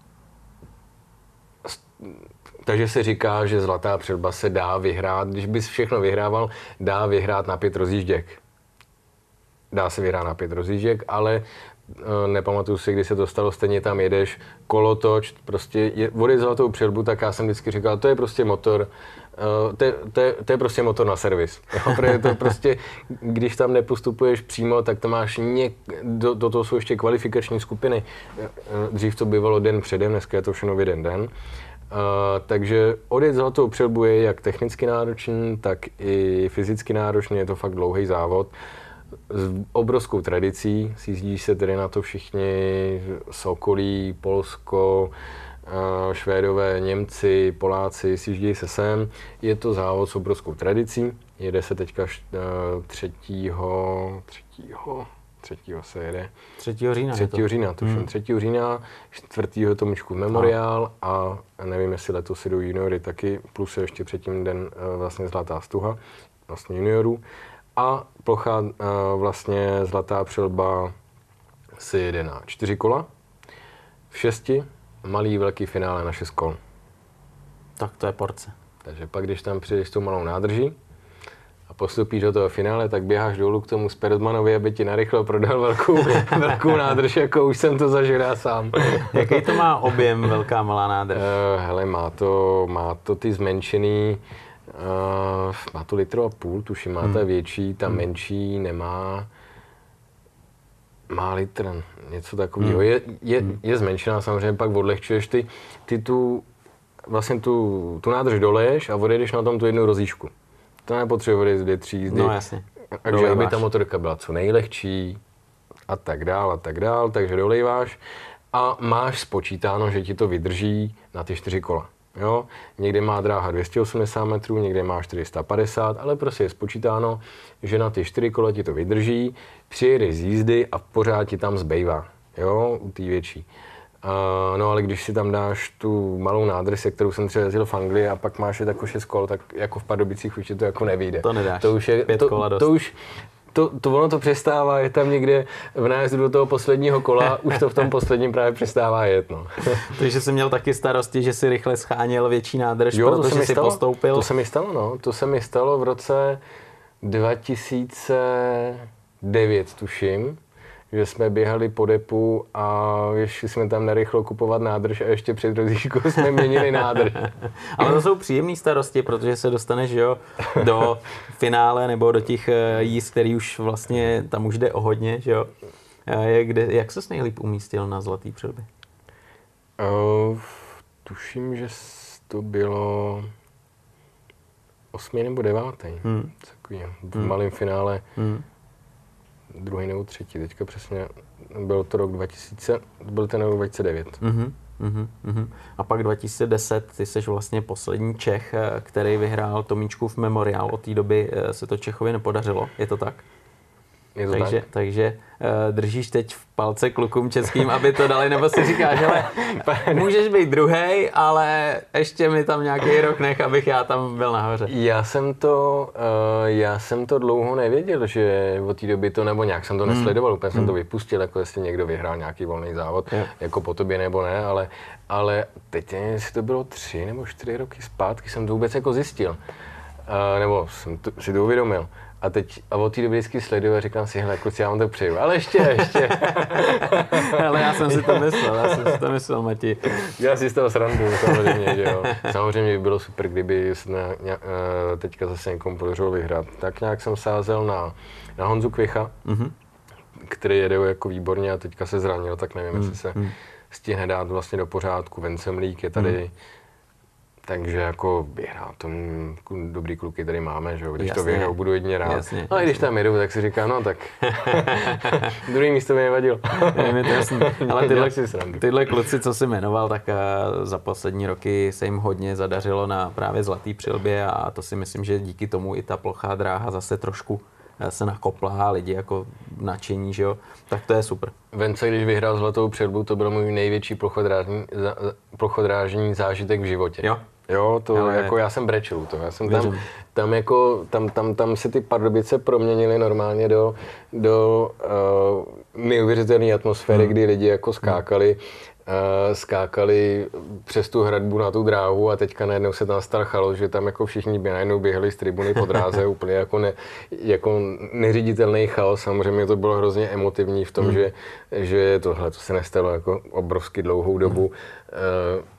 takže se říká, že zlatá přilba se dá vyhrát, když bys všechno vyhrával, dá vyhrát na pět rozjížděk. Dá se vyhrát na pět rozjížděk, ale e, nepamatuju si, kdy se to stalo, stejně tam jedeš, kolotoč, prostě je, vodit zlatou přilbu, tak já jsem vždycky říkal, to je prostě motor, e, to, je, to, je, to je prostě motor na servis. Jo, protože to prostě, když tam nepostupuješ přímo, tak to máš něk, do, do toho jsou ještě kvalifikační skupiny. E, dřív to bývalo den předem, dneska je to všechno v jeden den. Uh, takže odjet zlatou přilbu je jak technicky náročný, tak i fyzicky náročný, je to fakt dlouhý závod s obrovskou tradicí, sjízdí se tedy na to všichni Sokolí, Polsko, uh, Švédové, Němci, Poláci, sjíždějí se sem. Je to závod s obrovskou tradicí, jede se teďka uh, třetího, třetího, třetího se jede. třetího října. třetího října, tuším. Hmm. třetího října, čtvrtého je to Tomičkův memoriál a nevím, jestli letos jdou juniory taky, plus je ještě předtím den vlastně zlatá stuha, vlastně juniorů. A plocha vlastně zlatá přilba se jede na čtyři kola, v šesti, malý, velký finále na šest kol. Tak to je porce. Takže pak, když tam přijdeš s tou malou nádrží, a postupíš do toho finále, tak běháš dolů k tomu Spertmanovi, aby ti narychlo prodal velkou, velkou nádrž, jako už jsem to zažil já sám. Jaký to má objem, velká malá nádrž? Uh, hele, má to, má to ty zmenšený, uh, má to litr a půl, tuším, má hmm. ta větší, ta hmm. menší nemá, má litr, něco takového. Hmm. Je, je, je zmenšená, samozřejmě pak odlehčuješ ty, ty tu, vlastně tu, tu nádrž doleješ a odjedeš na tom tu jednu rozíšku. To nepotřebuje dvě, tři jízdy. No jasně. Takže aby ta motorka byla co nejlehčí a tak dál a tak dál, takže dolejváš a máš spočítáno, že ti to vydrží na ty čtyři kola. Jo? Někde má dráha dvě stě osmdesát metrů, někde má čtyři sta padesát, ale prostě je spočítáno, že na ty čtyři kola ti to vydrží, přijedeš z jízdy a pořád ti tam zbývá, jo, u té větší. Uh, no ale když si tam dáš tu malou nádrž, se kterou jsem třeba jezdil v Anglii a pak máš je jako šest kol, tak jako v Pardubicích už to jako nevyjde. To nedáš, to už je, pět to, kola dost. To už, to, to ono to přestává, je tam někde v nájezdu do toho posledního kola, už to v tom posledním právě přestává jet, no. Takže jsi měl taky starosti, že si rychle scháněl větší nádrž, jo, protože to si stalo, postoupil? To se mi stalo, no. To se mi stalo v roce dva tisíce devět, tuším, že jsme běhali po depu a ještě jsme tam narychlo kupovat nádrž a ještě před rozíškou jsme měnili nádrž. Ale to jsou příjemné starosti, protože se dostaneš jo, do finále nebo do těch jízd, který už vlastně tam už jde o hodně. Že jo? Kde, jak ses nejlíp umístil na zlatý přilbě? Uh, tuším, že to bylo osmý nebo devátý. Hmm. Takový, v hmm. malém finále. Hmm. Druhý nebo třetí, teďka přesně, byl to rok dva tisíce, byl ten rok dva tisíce devět. Uh-huh, uh-huh, uh-huh. A pak dva tisíce deset, ty jsi vlastně poslední Čech, který vyhrál Tomíčkův memoriál. Od té doby se to Čechovi nepodařilo, je to tak? Je to takže, tak. takže uh, držíš teď v palce klukům českým, aby to dali, nebo si říkáš, hele, můžeš být druhej, ale ještě mi tam nějaký rok nech, abych já tam byl nahoře. Já jsem to, uh, já jsem to dlouho nevěděl, že od té doby to, nebo nějak jsem to nesledoval, hmm. úplně jsem hmm. to vypustil, jako jestli někdo vyhrál nějaký volný závod, yeah. jako po tobě nebo ne, ale, ale teď jestli to bylo tři nebo čtyři roky zpátky, jsem to vůbec jako zjistil, uh, nebo jsem to, si to uvědomil. A teď a od té doby vždycky sleduju a říkám si, hele, kluci, já vám to přeju, ale ještě, ještě. Ale já jsem si to myslel, já jsem si to myslel, Mati. Já si z toho srandu, samozřejmě, že jo. Samozřejmě by bylo super, kdyby se na, ně, teďka zase někomu podařilo vyhrát. Tak nějak jsem sázel na, na Honzu Kvicha, mm-hmm. který jedou jako výborně a teďka se zranil, tak nevím, hmm. jestli se hmm. stihne dát vlastně do pořádku. Vencemlík je tady, hmm. takže jako vyhrál tomu dobrý kluky tady máme, že jo, když jasně. to vyhrál, budu jedině rád. Jasně, ale jasně. když tam jedu, tak si říkám, no tak druhý místo mi nevadilo. Ale tyhle, tyhle kluci, co jsi jmenoval, tak za poslední roky se jim hodně zadařilo na právě Zlatý přilbě a to si myslím, že díky tomu i ta plochá dráha zase trošku se nakopla, lidi jako nadšení, že jo, tak to je super. Vence, když vyhrál Zlatou přilbu, to byl můj největší plochodrážní, plochodrážní zážitek v životě. Jo. Jo, to ale jako já jsem brečel u toho. Já jsem tam, tam jako, tam, tam, tam se ty Pardubice proměnily normálně do, do uh, neuvěřitelné atmosféry, hmm. kdy lidi jako skákali, uh, skákali přes tu hradbu na tu dráhu a teďka najednou se tam starchalo, že tam jako všichni by najednou běhali z tribuny po dráze, úplně jako, ne, jako neřiditelný chaos. Samozřejmě to bylo hrozně emotivní v tom, hmm. že, že tohle to se nestalo jako obrovsky dlouhou dobu. Hmm. Uh,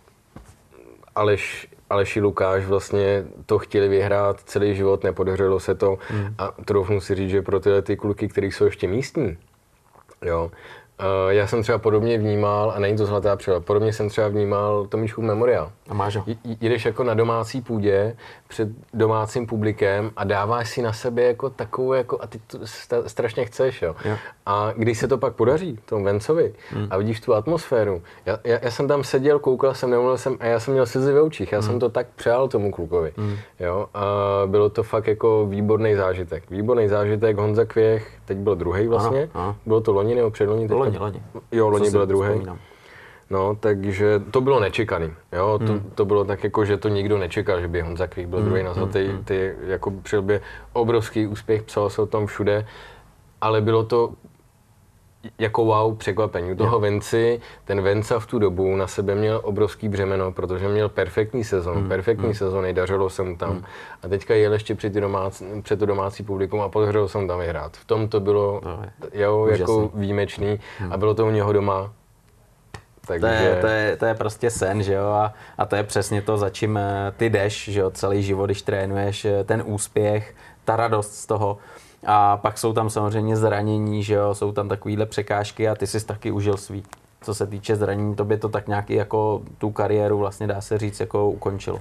Aleš, Aleši Lukáš vlastně to chtěli vyhrát celý život, nepodařilo se to hmm. a troufnu si říct, že pro tyhle ty kluky, který jsou ještě místní, jo, uh, já jsem třeba podobně vnímal, a není to Zlatá přilba, podobně jsem třeba vnímal Tomíškův memoriál. A máš ho? Jdeš jako na domácí půdě před domácím publikem a dáváš si na sebe jako takovou, jako, a ty to strašně chceš, jo. jo. A když se to pak podaří, tomu Vencovi, hmm. a vidíš tu atmosféru, já, já, já jsem tam seděl, koukal jsem, nemluvil jsem a já jsem měl slzy ve očích, já hmm. jsem to tak přál tomu klukovi, hmm. jo. A bylo to fakt jako výborný zážitek. Výborný zážitek, Honza Kvěch, teď byl druhý vlastně, ano, ano. Bylo to loni nebo předloni? Loni, loni. Jo, loni byl druhý. No, takže to bylo nečekaný, jo, to, hmm. to bylo tak jako, že to nikdo nečekal, že by Honza Kvěch byl hmm. druhý na Zlatý, hmm. ty jako přilbě obrovský úspěch, psal se o tom všude, ale bylo to jako wow překvapení. U toho Venci, ten Venca v tu dobu na sebe měl obrovský břemeno, protože měl perfektní sezon, hmm. perfektní hmm. sezony, dařilo se mu tam hmm. a teďka jel ještě před, domácí, před to domácí publikum a podařilo se mu tam vyhrát. V tom to bylo no, jo, jako výjimečný hmm. a bylo to u něho doma. Takže... To, je, to, je, to je prostě sen, že jo, a, a to je přesně to, za čím ty jdeš, že jo, celý život, když trénuješ, ten úspěch, ta radost z toho. A pak jsou tam samozřejmě zranění, že jo, jsou tam takovýhle překážky a ty jsi taky užil svý. Co se týče zranění, tobě to tak nějak jako tu kariéru vlastně dá se říct jako ukončilo.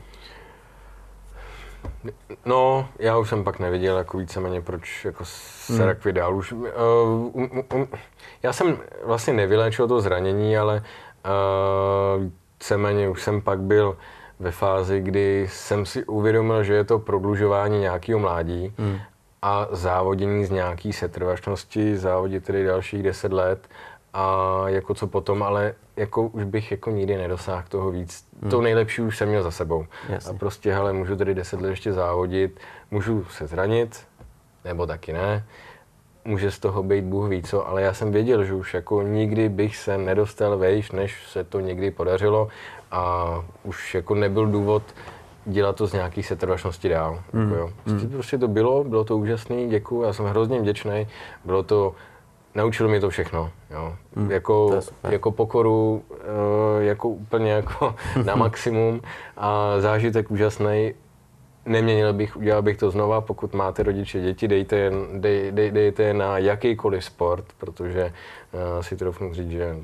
No, já už jsem pak neviděl jako víceméně, proč jako se hmm. rakvi dál už. Uh, um, um, já jsem vlastně nevyléčil to zranění, ale uh, víceméně už jsem pak byl ve fázi, kdy jsem si uvědomil, že je to prodlužování nějakého mládí hmm. a závodění z nějaký setrvačnosti, závodit tedy dalších deset let a jako co potom, ale jako už bych jako nikdy nedosáhl toho víc. Hmm. To nejlepší už jsem měl za sebou. Jasně. A prostě, hele, můžu tedy deset let ještě závodit, můžu se zranit, nebo taky ne, může z toho být Bůh ví co, ale já jsem věděl, že už jako nikdy bych se nedostal vejš, než se to někdy podařilo a už jako nebyl důvod dělat to z nějaký setrvačnosti dál. Mm. Jako jo. Mm. Prostě to bylo, bylo to úžasný, děkuju, já jsem hrozně vděčný, bylo to, naučilo mě to všechno, jo. Mm. Jako, jako pokoru, jako úplně jako na maximum a zážitek úžasný. Neměnil bych, udělal bych to znova, pokud máte rodiče děti, dejte je, dej, dej, dejte je na jakýkoliv sport, protože uh, si troufnu říct, že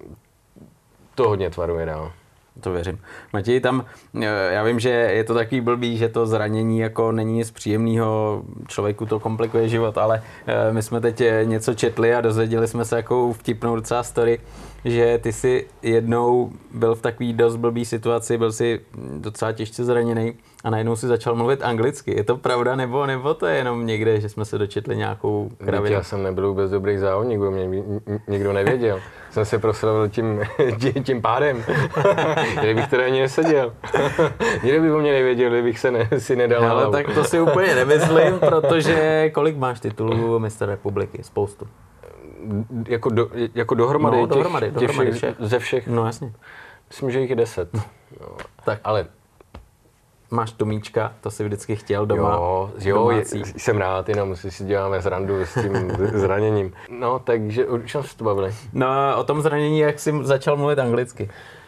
to hodně tvaruje dál. To věřím. Matěj, tam, já vím, že je to takový blbý, že to zranění jako není nic příjemného, člověku to komplikuje život, ale my jsme teď něco četli a dozvěděli jsme se jako vtipnou docela story, že ty jsi jednou byl v takový dost blbý situaci, byl jsi docela těžce zraněný a najednou si začal mluvit anglicky. Je to pravda, nebo, nebo to je jenom někde, že jsme se dočetli nějakou kravinu? Já jsem nebyl vůbec dobrý závodník, bo mě nikdo nevěděl. Jsem se proslavil tím, tím pádem, kdybych teda ani neseděl. Nikdo by o mě nevěděl, kdybych se ne, si nedal na hlavu. Ale tak to si úplně nemyslím, protože kolik máš titulů mistr republiky? Spoustu. Jako, do, jako dohromady, no, dohromady, těch, dohromady těch všech, ze všech? No jasně. Myslím, že jich je deset. No. Tak. Ale máš Tomíčka, to si vždycky chtěl doma. Jo, jo je, jsem rád, jenom si si děláme srandu s tím zraněním. No, takže o čem se to bavili? No, o tom zranění, jak jsi začal mluvit anglicky.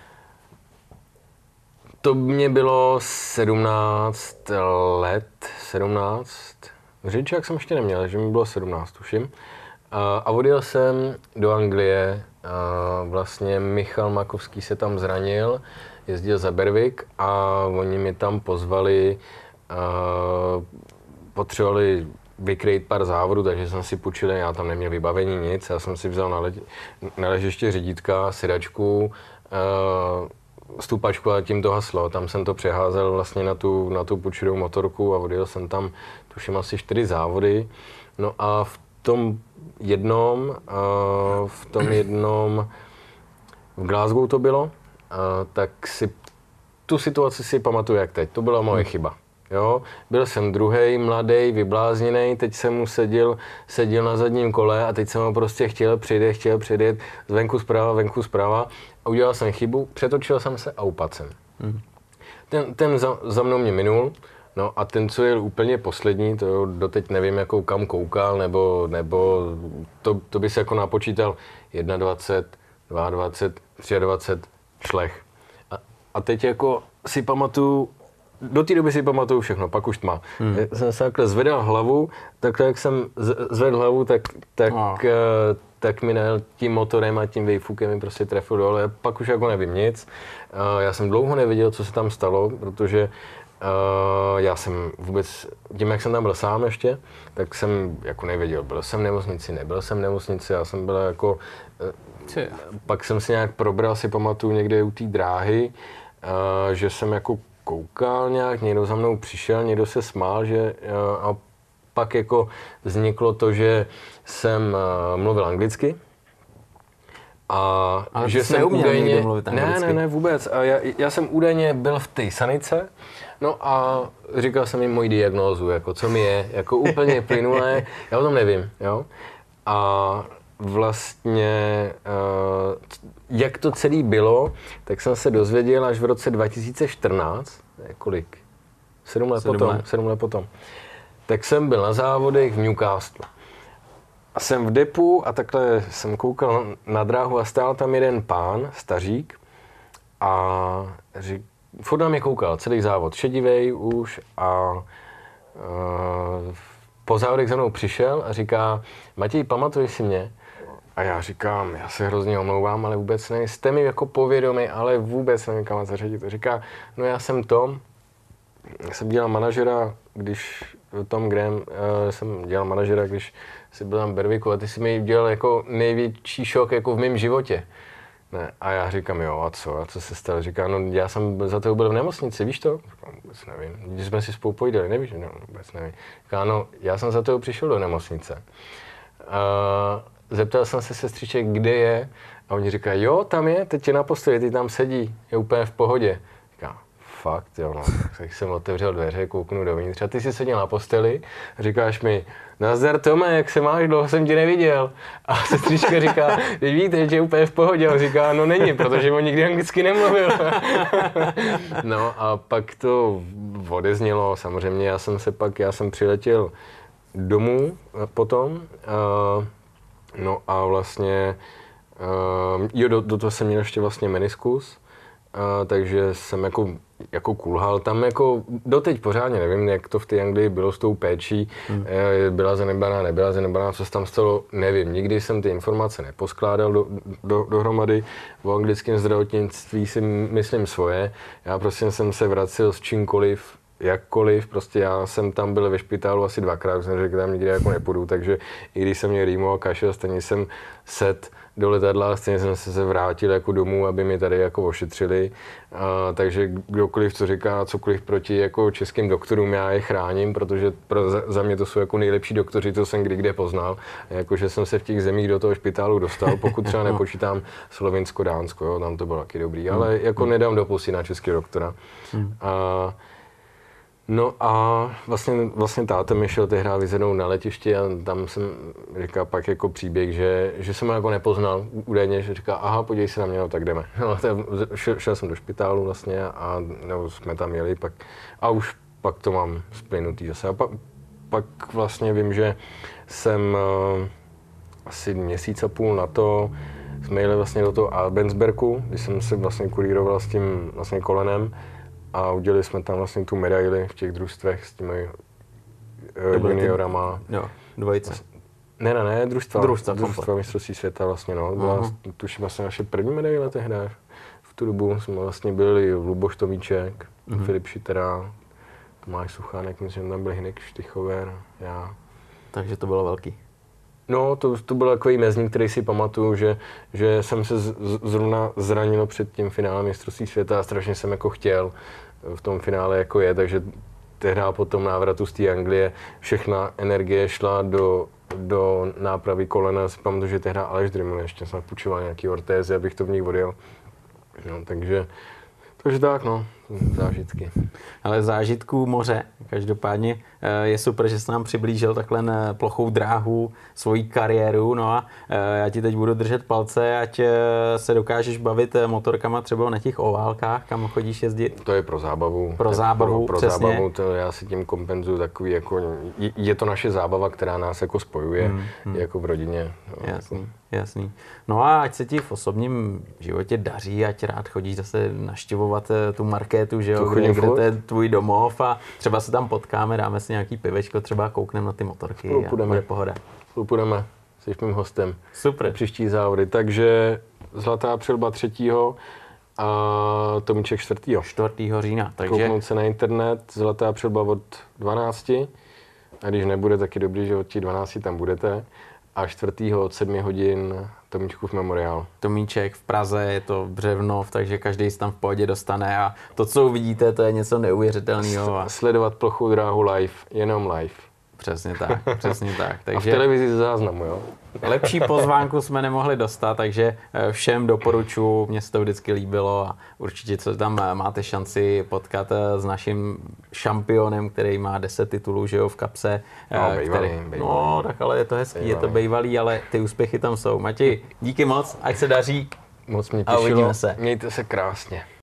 To mě bylo sedmnáct let, sedmnáct. Řidičák jsem ještě neměl, že mi bylo sedmnáct, tuším. A, a odjel jsem do Anglie, a vlastně Michal Makovský se tam zranil, jezdil za Berwick a oni mi tam pozvali, a potřebovali vykrýt pár závodů, takže jsem si půjčil, já tam neměl vybavení nic, já jsem si vzal na, lež, na ležiště řídítka, sedačku, uh, stupačku a tím to haslo. Tam jsem to přeházel vlastně na tu, na tu půjčenou motorku a odjel jsem tam, tuším, asi čtyři závody. No a v tom jednom, uh, v tom jednom, v Glasgow to bylo, uh, tak si tu situaci si pamatuju jak teď, to byla moje chyba. Jo, byl jsem druhej, mladý, vyblázněný, teď jsem mu seděl, seděl na zadním kole a teď jsem ho prostě chtěl přijet, chtěl přijet, zvenku zprava, venku zprava a udělal jsem chybu, přetočil jsem se a upadl jsem. Hmm. Ten, ten za, za mnou mě minul, no a ten, co jel úplně poslední, to doteď nevím, jako kam koukal, nebo, nebo to, to by se jako napočítal dvacet jedna, dvacet dva, dvacet tři, šlech. A, a teď jako si pamatuju, do té doby si pamatuju všechno, pak už tma. Hmm. Jsem se takhle zvedal hlavu, takhle jak jsem zvedl hlavu, tak, tak, oh. uh, tak mi najel tím motorem a tím výfukem mi prostě trefil dole, pak už jako nevím nic. Uh, já jsem dlouho nevěděl, co se tam stalo, protože uh, já jsem vůbec, tím jak jsem tam byl sám ještě, tak jsem jako nevěděl, byl jsem v nemocnici, nebyl jsem v nemocnici, já jsem byl jako, uh, pak jsem si nějak probral, si pamatuju někde u té dráhy, uh, že jsem jako koukal nějak, někdo za mnou přišel, někdo se smál, že a pak jako vzniklo to, že jsem mluvil anglicky a ale že jsem údajně mluvit anglicky. Ne, ne, ne, vůbec. A já, já jsem údajně byl v té sanice, no a říkal jsem jim moji diagnózu, jako co mi je, jako úplně plynulé, já o tom nevím, jo. A vlastně, jak to celé bylo, tak jsem se dozvěděl až v roce dva tisíce čtrnáct, kolik? Sedm let Sedm potom, let. sedm let potom. Tak jsem byl na závodech v Newcastle. A jsem v depu a takhle jsem koukal na dráhu a stál tam jeden pán, stařík, a řík, furt na mě koukal, celý závod, šedivej už a uh, po závodech za mnou přišel a říká, Matěj, pamatuješ si mě? A já říkám, já se hrozně omlouvám, ale vůbec ne, jste mi jako povědomí, ale vůbec nevím, kam zařadit. Říká, no já jsem Tom, jsem dělal manažera, když Tom Graham, uh, jsem dělal manažera, když jsi byl tam v Berwicku a ty jsi mi udělal jako největší šok jako v mém životě. Ne. A já říkám, jo, a co, a co se stalo? Říká, no já jsem za toho byl v nemocnici, víš to? Říkám, vůbec nevím. Když jsme si spolu pojídali, nevíš? No, vůbec nevím. Říká, no já jsem za toho přišel do nemocnice. Uh, Zeptal jsem se sestřiček, kde je, a oni říkají, jo, tam je, teď je na posteli, ty tam sedí, je úplně v pohodě. Říká, fakt, jo, no. Tak jsem otevřel dveře, kouknu dovnitř a ty jsi seděl na posteli a říkáš mi, nazdar Tome, jak se máš, dlouho jsem tě neviděl. A sestřička říká, teď víte, že je úplně v pohodě. A on říká, no není, protože on nikdy anglicky nemluvil. No a pak to odeznělo, samozřejmě, já jsem se pak, já jsem přiletěl domů potom, a no a vlastně, uh, jo, do, do toho jsem měl ještě vlastně meniskus, uh, takže jsem jako, jako kulhal tam jako, doteď pořádně nevím, jak to v té Anglii bylo s tou péčí, hmm. uh, byla zanedbaná, nebyla zanedbaná, co se tam stalo, nevím, nikdy jsem ty informace neposkládal do, do, dohromady, v anglickém zdravotnictví si myslím svoje, já prostě jsem se vracel s čímkoliv, jakkoliv, prostě já jsem tam byl ve špitálu asi dvakrát, už jsem řekl, tam nikdy jako nepůjdu, takže i když jsem měl rýmu a kašel, stejně jsem set do letadla, stejně jsem se vrátil jako domů, aby mi tady jako ošetřili, a, takže kdokoliv, co říká cokoliv proti jako českým doktorům, já je chráním, protože pro, za, za mě to jsou jako nejlepší doktoři, co jsem kdy kde poznal, jakože jsem se v těch zemích do toho špitálu dostal, pokud třeba nepočítám Slovinsko, Dánsko, jo, tam to bylo taky dobrý, ale jako nedám do pusy na českého doktora. A, no a vlastně, vlastně táta mi šel tehdy vyzvednout na letišti a tam jsem říkal pak jako příběh, že, že jsem ho jako nepoznal údajně, že říká, aha, podívej se na mě, no tak jdeme. No, šel, šel jsem do špitálu vlastně a nebo jsme tam jeli pak a už pak to mám splynutý zase. A pak, pak vlastně vím, že jsem uh, asi měsíc a půl na to jsme jeli vlastně do toho Albensberku, když jsem se vlastně kuríroval s tím vlastně kolenem. A udělali jsme tam vlastně tu medaili v těch družstvech s těmi uh, juniorama. Jo, dvojice. Ne, ne, ne, družstva. Družstva, družstva mistrovství světa vlastně, no. Byla, uh-huh. tuším, asi naše první medaile tehdy. V tu dobu jsme vlastně byli Luboš Tomíček, uh-huh. Filip Šitera, Tomáš Suchánek, myslím, že tam byl Hinek Štychover, já. Takže to bylo velký. No, to, to byl takový mezník, který si pamatuju, že, že jsem se z, zrovna zranil před tím finálem mistrovství světa a strašně jsem jako chtěl v tom finále jako je, takže tehdy po tom návratu z té Anglie všechna energie šla do, do nápravy kolena. Si pamatuju, že tehdy Aleš Dryml ještě jsem půjčoval nějaký ortézy, abych to v nich odjel. No, takže, takže tak, no, zážitky. Ale zážitků moře. Každopádně je super, že jsi nám přiblížil takhle na plochou dráhu, svoji kariéru. No a já ti teď budu držet palce, ať se dokážeš bavit motorkama třeba na těch oválkách, kam chodíš jezdit. To je pro zábavu. Pro zábavu, pro, pro přesně. zábavu, to já si tím kompenzuju takový, jako, je, je to naše zábava, která nás jako spojuje, hmm, hmm. jako v rodině. No, jasný, jako. jasný. No a ať se ti v osobním životě daří, ať rád chodíš zase navštěvovat tu marketu, že jo, kde, kde to je tvůj domov a třeba se tam potkáme, dáme si nějaký pivečko, třeba koukneme na ty motorky Spolu a půjdeme. bude pohoda. Spolu půjdeme, jsi mým hostem. Super. Příští závody, takže Zlatá přilba třetího a Tomíček čtvrtýho. čtvrtého října, takže... Kouknout se na internet, Zlatá přilba od dvanácti, a když nebude, tak je dobrý, že od těch dvanácti tam budete. A čtvrtýho od sedmi hodin Tomíčkův memoriál. Tomíček v Praze, je to Břevnov, takže každý se tam v pohodě dostane a to, co uvidíte, to je něco neuvěřitelného. A... Sledovat plochou dráhu live, jenom live. Přesně tak, přesně tak. Takže... A v televizi ze záznamu, jo? Lepší pozvánku jsme nemohli dostat, takže všem doporučuji, mně se to vždycky líbilo a určitě co tam máte šanci potkat s naším šampionem, který má deset titulů, že jo, v kapse. No, který... bejvalý, bejvalý. No, tak ale je to hezký, bejvalý. Je to bejvalý, ale ty úspěchy tam jsou. Matěj, díky moc, ať se daří. Moc mě těšilo. A uvidíme se. Mějte se krásně.